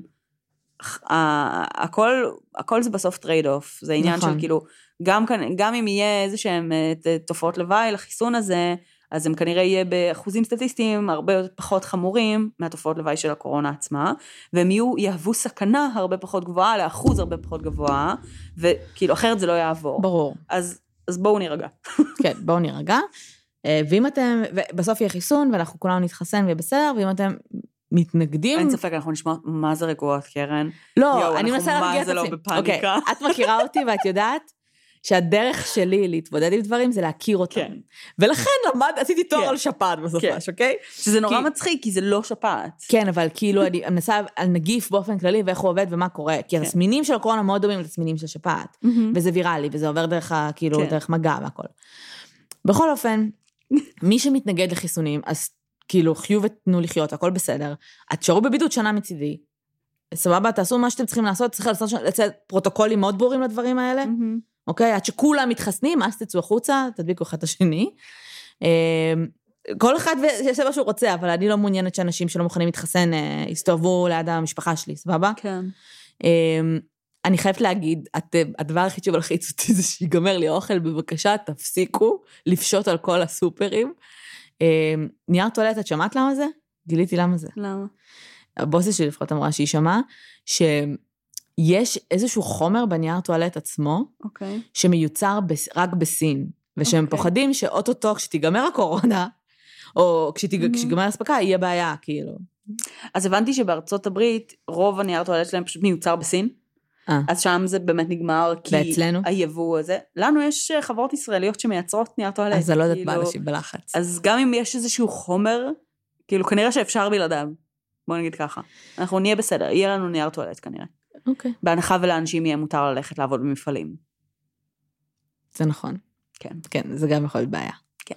Speaker 2: הכל זה בסוף טרייד אוף, זה עניין של כאילו, גם אם יהיה איזה שהם תופעות לוואי לחיסון הזה, אז הם כנראה יהיה באחוזים סטטיסטיים הרבה פחות חמורים מהתופעות לוואי של הקורונה עצמה, והם יהוו סכנה הרבה פחות גבוהה, לאחוז הרבה פחות גבוהה, וכאילו אחרת זה לא יעבור.
Speaker 1: ברור.
Speaker 2: אז בואו נירגע.
Speaker 1: כן, בואו נירגע. ואם אתם, בסוף יהיה חיסון, ואנחנו כולנו נתחסן ויהיה בסדר, ואם אתם מתנגדים...
Speaker 2: אין ספק, אנחנו נשמע מה זה רגועות, קרן.
Speaker 1: לא, אני מנסה להרגיע את
Speaker 2: עצמי. מה זה לא בפאניקה.
Speaker 1: את מכירה אותי ואת יודעת שהדרך שלי להתמודד עם דברים זה להכיר אותם.
Speaker 2: כן.
Speaker 1: ולכן עשיתי תואר על שפעת בסופש, אוקיי?
Speaker 2: שזה נורא מצחיק, כי זה לא שפעת.
Speaker 1: כן, אבל כאילו אני מנסה על נגיף באופן כללי, ואיך הוא עובד ומה קורה, כי התסמינים של הקורונה מאוד דומים לתסמינים של שפעת, וזה ויראלי, וזה עובר דרך מגע והכל. בכל אופן, מי שמתנגד לחיסונים, אז כאילו חיו ותנו לחיות, הכל בסדר, תשארו בבידוד שנה מצידי, סבבה, תעשו מה שאתם צריכים לעשות, צריך לצאת פרוטוקולים מאוד ברורים לדברים האלה, אוקיי? עד שכולם מתחסנים, אז תצאו החוצה, תדביקו אחד את השני. כל אחד יעשה מה שהוא רוצה, אבל אני לא מעוניינת שאנשים שלא מוכנים להתחסן, יסתובבו ליד המשפחה שלי, סבבה?
Speaker 2: כן.
Speaker 1: אני חייבת להגיד, הדבר הכי שמלחיץ אותי זה שיגמר לי אוכל, בבקשה, תפסיקו לפשוט על כל הסופרים. נייר טואלט, את שמעת למה זה? גיליתי למה זה.
Speaker 2: למה?
Speaker 1: הבוסית שלי לפחות אמרה שהיא שמעה, שיש איזשהו חומר בנייר טואלט עצמו, שמיוצר רק בסין, ושהם פוחדים שאוטוטו כשתיגמר הקורונה, או כשתיגמר הספקה, יהיה בעיה, כאילו.
Speaker 2: אז הבנתי שבארצות הברית, רוב הנייר טואלט שלהם פשוט מיוצר בסין, אז שם זה באמת נגמר, כי היבוא הזה. לנו יש חברות ישראליות שמייצרות נייר טואלט.
Speaker 1: אז אני לא יודעת מה אנשים בלחץ.
Speaker 2: אז גם אם יש איזשהו חומר, כאילו כנראה שאפשר בלעדיו. בוא נגיד ככה. אנחנו נהיה בסדר, יהיה לנו נייר טואלט כנראה.
Speaker 1: אוקיי.
Speaker 2: בהנחה ולאנשים יהיה מותר ללכת לעבוד במפעלים.
Speaker 1: זה נכון.
Speaker 2: כן.
Speaker 1: כן, זה גם יכול להיות בעיה.
Speaker 2: כן.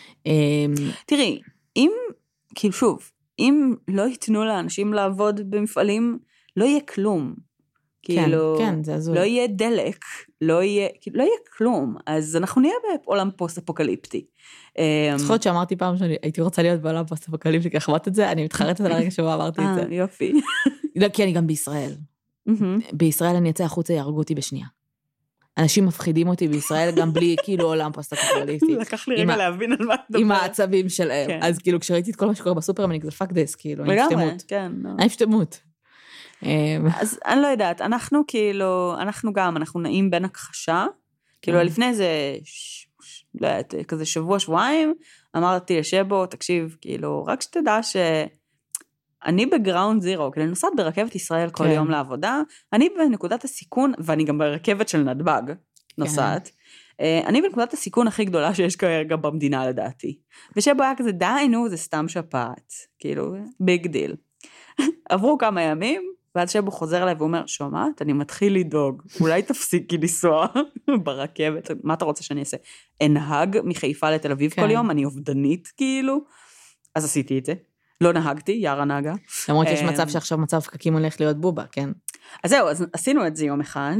Speaker 2: תראי, אם, כאילו שוב, אם לא ייתנו לאנשים לעבוד במפעלים, לא יהיה כלום. כאילו,
Speaker 1: כן, זה הזוי.
Speaker 2: לא יהיה דלק, לא יהיה כלום, אז אנחנו נהיה בעולם פוסט-אפוקליפטי.
Speaker 1: זכות שאמרתי פעם שהייתי רוצה להיות בעולם פוסט-אפוקליפטי, כי חוות את זה, אני מתחרטת על הרגע שבו אמרתי את זה.
Speaker 2: יופי.
Speaker 1: לא, כי אני גם בישראל. בישראל אני אצא החוצה, יהרגו אותי בשנייה. אנשים מפחידים אותי בישראל, גם בלי כאילו עולם פוסט-אפוקליפטי.
Speaker 2: לקח לי רגע להבין על מה את מדברת.
Speaker 1: עם העצבים שלהם. אז כאילו כשראיתי את כל מה שקורה בסופר, אני כזה פאק דס, כאילו, אני פתמות. אני פתמות.
Speaker 2: אז אני לא יודעת, אנחנו כאילו, אנחנו נעים בין הכחשה, כאילו לפני זה, לא יודעת, כזה שבוע-שבועיים, אמרתי לשבו, תקשיב, כאילו, רק שתדע שאני בגראונד זירו, כאילו, אני נוסעת ברכבת ישראל כל יום לעבודה, אני בנקודת הסיכון, ואני גם ברכבת של נתב"ג נוסעת, אני בנקודת הסיכון הכי גדולה שיש כרגע במדינה לדעתי, ושבו היה כזה, די, נו, זה סתם שפעת, כאילו, ביג דיל. עברו כמה ימים, ואז שבו חוזר אליי ואומר, שומעת, אני מתחיל לדאוג, אולי תפסיקי לנסוע ברכבת, מה אתה רוצה שאני אעשה? אנהג מחיפה לתל אביב כל יום, אני אובדנית כאילו, אז עשיתי את זה, לא נהגתי, יארה נהגה.
Speaker 1: למרות שיש מצב שעכשיו מצב פקקים הולך להיות בובה, כן?
Speaker 2: אז זהו, אז עשינו את זה יום אחד,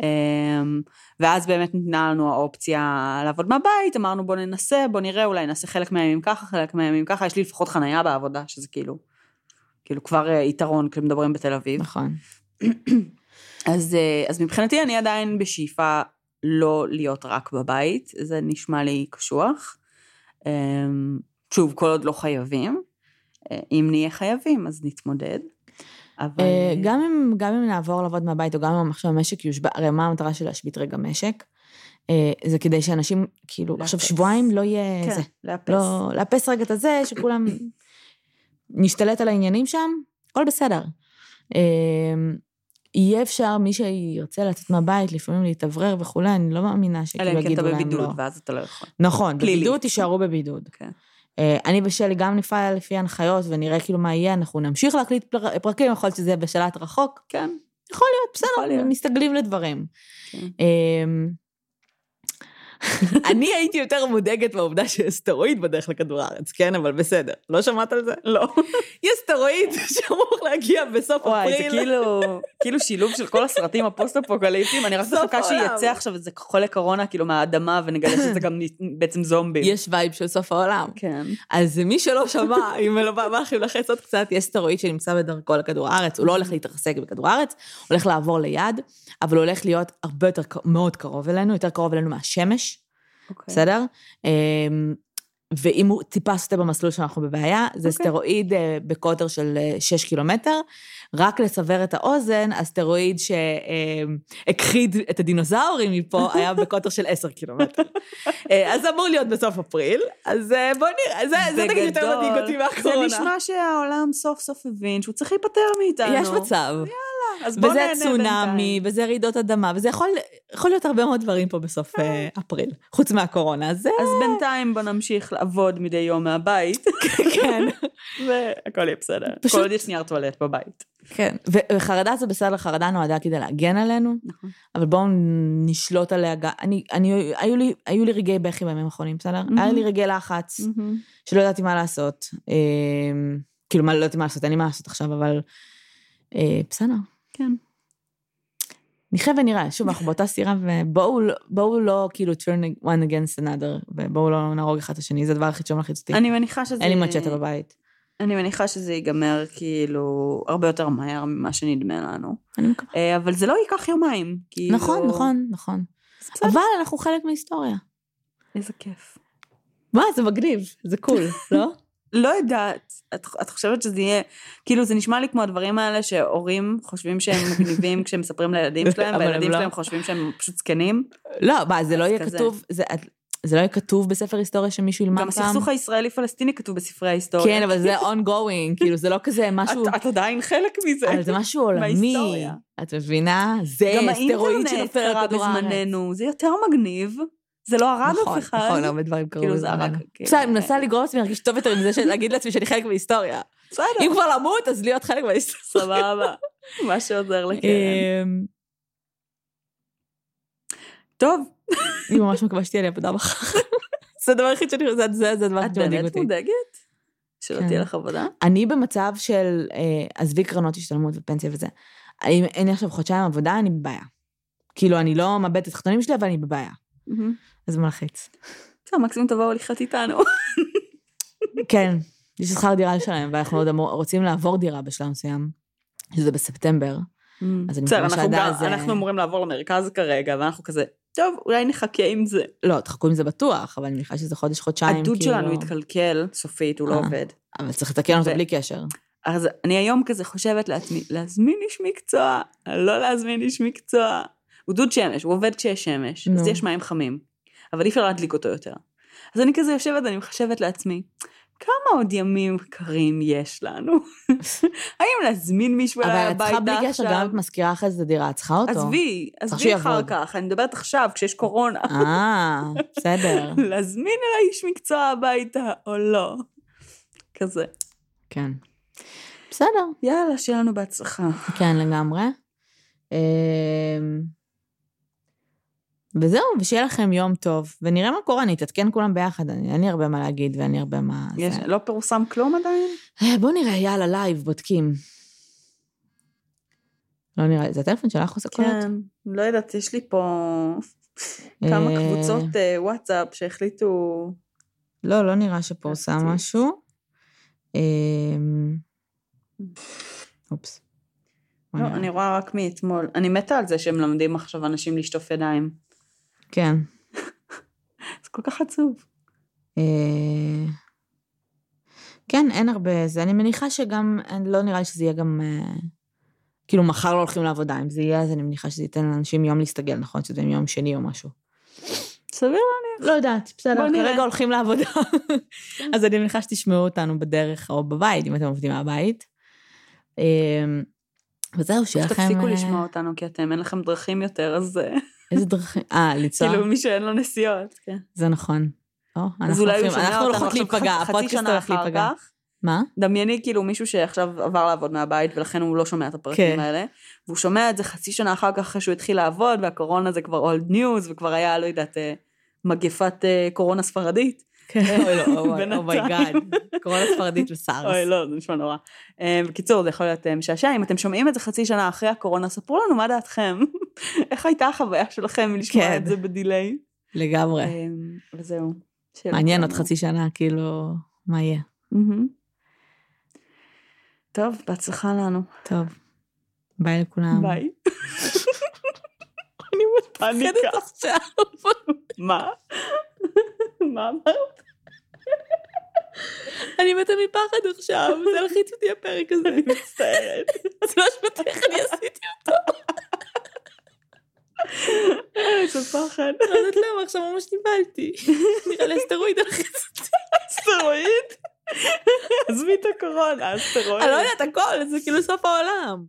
Speaker 2: ואז באמת ניתנה לנו האופציה לעבוד מהבית, אמרנו בוא ננסה, בוא נראה, אולי נעשה חלק מהימים ככה, חלק מהימים ככה, יש לי לפחות חנייה בעבודה, שזה כאילו כבר יתרון, כשהם מדברים בתל אביב.
Speaker 1: נכון.
Speaker 2: אז מבחינתי אני עדיין בשאיפה לא להיות רק בבית, זה נשמע לי קשוח. שוב, כל עוד לא חייבים. אם נהיה חייבים, אז נתמודד.
Speaker 1: גם אם נעבור לעבוד מהבית, או גם אם עכשיו המשק יושבע, הרי מה המטרה של להשבית רגע משק? זה כדי שאנשים, כאילו, עכשיו שבועיים לא יהיה זה. לאפס רגע את הזה, שכולם נשתלט על העניינים שם, הכל בסדר. יהיה אפשר, מי שירצה לצאת מהבית, לפעמים להתאוורר וכולי, אני לא מאמינה שכאילו יגידו להם לא.
Speaker 2: אלא כי אתה בבידוד, ואז אתה לא יכול.
Speaker 1: נכון, בבידוד תישארו בבידוד. אני ושלי גם נפעל לפי ההנחיות, ונראה כאילו מה יהיה, אנחנו נמשיך להקליט פרקים, יכול להיות שזה בשלט רחוק.
Speaker 2: כן.
Speaker 1: יכול להיות, בסדר, מסתגלים לדברים. אני הייתי יותר מודאגת מהעובדה שיש סטרואיד בדרך לכדור הארץ, כן, אבל בסדר. לא שמעת על זה?
Speaker 2: לא.
Speaker 1: יש סטרואיד שאמור להגיע בסוף אפריל.
Speaker 2: וואי, זה כאילו שילוב של כל הסרטים הפוסט-אפוקליפטיים, אני רק מחכה שיצא עכשיו איזה חולה קורונה, כאילו מהאדמה, ונגלה שזה גם בעצם זומבים.
Speaker 1: יש וייב של סוף העולם.
Speaker 2: כן.
Speaker 1: אז מי שלא שמע, אם לא בא לכם לחץ עוד קצת, יש סטרואיד שנמצא בדרכו לכדור הארץ, הוא לא הולך להתרסק בכדור הארץ, הוא הולך לעבור ליד, אבל הוא הולך להיות הרבה יותר מאוד קרוב אלינו, יותר קרוב אלינו מהשמש. בסדר? ואם הוא טיפה סוטה במסלול שאנחנו בבעיה, זה סטרואיד בקוטר של 6 קילומטר, רק לסבר את האוזן, הסטרואיד שהכחיד את הדינוזאורים מפה, היה בקוטר של 10 קילומטר. אז אמור להיות בסוף אפריל, אז בוא נראה, זה תגיד יותר מדאיג אותי מהקורונה.
Speaker 2: זה נשמע שהעולם סוף סוף הבין, שהוא צריך להיפטר מאיתנו.
Speaker 1: יש מצב.
Speaker 2: אז בוא נהנה
Speaker 1: וזה צונאמי, וזה רעידות אדמה, וזה יכול להיות הרבה מאוד דברים פה בסוף אפריל, חוץ מהקורונה. אז
Speaker 2: בינתיים בוא נמשיך לעבוד מדי יום מהבית.
Speaker 1: כן.
Speaker 2: והכל יהיה בסדר. כל עוד יש נייר טואלט בבית.
Speaker 1: כן, וחרדה זה בסדר, חרדה נועדה כדי להגן עלינו, אבל בואו נשלוט עליה. היו לי רגעי בכי בימים האחרונים, בסדר? היה לי רגעי לחץ, שלא ידעתי מה לעשות. כאילו, לא ידעתי מה לעשות, אין לי מה לעשות עכשיו, אבל בסדר.
Speaker 2: כן.
Speaker 1: נחיה ונראה, שוב, אנחנו באותה סירה, ובואו לא כאילו turn one against another, ובואו לא נהרוג אחד את השני, זה הדבר הכי שום להחיץ אותי.
Speaker 2: אני מניחה שזה...
Speaker 1: אין לי מצ'טה בבית.
Speaker 2: אני מניחה שזה ייגמר כאילו הרבה יותר מהר ממה שנדמה לנו.
Speaker 1: אני מקווה.
Speaker 2: אבל זה לא ייקח יומיים.
Speaker 1: נכון. אבל אנחנו חלק מההיסטוריה.
Speaker 2: איזה כיף.
Speaker 1: מה, זה מגניב, זה קול, לא?
Speaker 2: לא יודעת, את חושבת שזה יהיה, כאילו זה נשמע לי כמו הדברים האלה שהורים חושבים שהם מגניבים כשהם מספרים לילדים שלהם, והילדים שלהם חושבים שהם פשוט זקנים.
Speaker 1: לא, מה, זה לא יהיה כתוב, זה לא יהיה כתוב בספר היסטוריה שמישהו ילמד פעם.
Speaker 2: גם הסכסוך הישראלי-פלסטיני כתוב בספרי ההיסטוריה.
Speaker 1: כן, אבל זה ongoing, כאילו זה לא כזה משהו...
Speaker 2: את עדיין חלק מזה.
Speaker 1: אבל זה משהו עולמי. את מבינה? זה סטרואיד שנופל על כדור הארץ.
Speaker 2: בזמננו, זה יותר מגניב. זה לא הרג אף אחד.
Speaker 1: נכון, הרבה דברים קרו
Speaker 2: בזמננו.
Speaker 1: בסדר, אני מנסה לגרום לעצמי להרגיש טוב יותר עם זה להגיד לעצמי שאני חלק מההיסטוריה.
Speaker 2: בסדר.
Speaker 1: אם כבר למות, אז להיות חלק מההיסטוריה.
Speaker 2: סבבה. מה שעוזר לקרן. טוב.
Speaker 1: אני ממש מקווה שתהיה לי עבודה מחר. זה הדבר הכי שאני חושבת, זה הדבר הכי מדאיג אותי.
Speaker 2: את באמת מודאגת? שלא תהיה לך עבודה?
Speaker 1: אני במצב של, עזבי קרנות השתלמות ופנסיה וזה, אין לי עכשיו חודשיים עבודה, אני בבעיה. כאילו, אני לא מאבדת את התחתונים שלי, אבל אני בבעיה. אז מלחיץ.
Speaker 2: בסדר, מקסימום תבואו לחיות איתנו.
Speaker 1: כן, יש שכר דירה לשלם, ואנחנו עוד רוצים לעבור דירה בשלב מסוים, שזה בספטמבר.
Speaker 2: בסדר, אנחנו אמורים לעבור למרכז כרגע, ואנחנו כזה, טוב, אולי נחכה עם זה.
Speaker 1: לא, תחכו עם זה בטוח, אבל אני מניחה שזה חודש, חודשיים.
Speaker 2: הדוד שלנו התקלקל, סופית, הוא לא עובד.
Speaker 1: אבל צריך לתקן אותו בלי קשר.
Speaker 2: אז אני היום כזה חושבת לעצמי, להזמין איש מקצוע, לא להזמין איש מקצוע. הוא דוד שמש, הוא עובד כשיש שמש, אז יש מים חמים, אבל אי אפשר להדליק אותו יותר. אז אני כזה יושבת, אני מחשבת לעצמי, כמה עוד ימים קרים יש לנו? האם להזמין מישהו אליי הביתה עכשיו?
Speaker 1: אבל את צריכה בלי קשר, גם את מזכירה אחרי זה דירה, את צריכה אותו?
Speaker 2: עזבי אחר כך, אני מדברת עכשיו, כשיש קורונה.
Speaker 1: בסדר.
Speaker 2: להזמין אליי איש מקצוע הביתה, או לא. כזה.
Speaker 1: כן. בסדר.
Speaker 2: יאללה, שיהיה לנו בהצלחה.
Speaker 1: כן, לגמרי. וזהו, ושיהיה לכם יום טוב, ונראה מה קורה, אני אתעדכן כולם ביחד, אין לי הרבה מה להגיד, ואין לי הרבה מה...
Speaker 2: לא פורסם כלום עדיין?
Speaker 1: בוא נראה, יאללה, לייב, בודקים. לא נראה, זה הטלפון שלך עושה קולות?
Speaker 2: כן, לא יודעת, יש לי פה כמה קבוצות וואטסאפ שהחליטו...
Speaker 1: לא נראה שפורסם משהו. אופס.
Speaker 2: לא, אני רואה רק מאתמול. אני מתה על זה שהם למדים עכשיו אנשים לשטוף ידיים.
Speaker 1: כן.
Speaker 2: זה כל כך עצוב.
Speaker 1: כן, אין הרבה זה. אני מניחה שגם, לא נראה לי שזה יהיה גם כאילו מחר לא הולכים לעבודה, אם זה יהיה, אז אני מניחה שזה ייתן לאנשים יום להסתגל, נכון? שזה יום שני או משהו.
Speaker 2: סביר להניח.
Speaker 1: לא יודעת, בסדר, כרגע הולכים לעבודה. אז אני מניחה שתשמעו אותנו בדרך או בבית, אם אתם עובדים מהבית. וזהו, שיהיה לכם...
Speaker 2: תפסיקו לשמוע אותנו, כי אתם, אין לכם דרכים יותר, אז...
Speaker 1: איזה דרכים? ליצוע?
Speaker 2: כאילו, מי שאין לו נסיעות, כן.
Speaker 1: זה נכון.
Speaker 2: אז אולי הוא שומע אותנו
Speaker 1: עכשיו חצי שנה אחר כך. מה?
Speaker 2: דמייני כאילו מישהו שעכשיו עבר לעבוד מהבית, ולכן הוא לא שומע את הפרקים האלה, והוא שומע את זה חצי שנה אחר כך, אחרי שהוא התחיל לעבוד, והקורונה זה כבר old news, וכבר היה, לא יודעת, מגפת קורונה ספרדית.
Speaker 1: כן, אומייגאד, קורונה ספרדית וסארס.
Speaker 2: אוי, לא, זה נשמע נורא. בקיצור, זה יכול להיות משעשע, אם אתם שומעים את זה חצי שנה אחרי הקורונה, ספרו לנו מה דעתכם, איך הייתה החוויה שלכם לשמוע את זה בדיליי.
Speaker 1: לגמרי.
Speaker 2: וזהו.
Speaker 1: מעניין עוד חצי שנה, כאילו, מה יהיה?
Speaker 2: טוב, בהצלחה לנו.
Speaker 1: טוב. ביי לכולם.
Speaker 2: ביי.
Speaker 1: אני מפחדת עכשיו.
Speaker 2: מה? מה אמרת?
Speaker 1: אני מתה מפחד עכשיו, זה לחיץ אותי הפרק הזה.
Speaker 2: אני מצטערת.
Speaker 1: זה לא אשמתי איך אני עשיתי אותו.
Speaker 2: איזה פחד.
Speaker 1: לא יודעת למה, עכשיו ממש ניבלתי. נראה לי אסטרואיד הלחיץ אותי.
Speaker 2: אסטרואיד? עזבי את הקורונה, אסטרואיד.
Speaker 1: אני לא יודעת הכל, זה כאילו סוף העולם.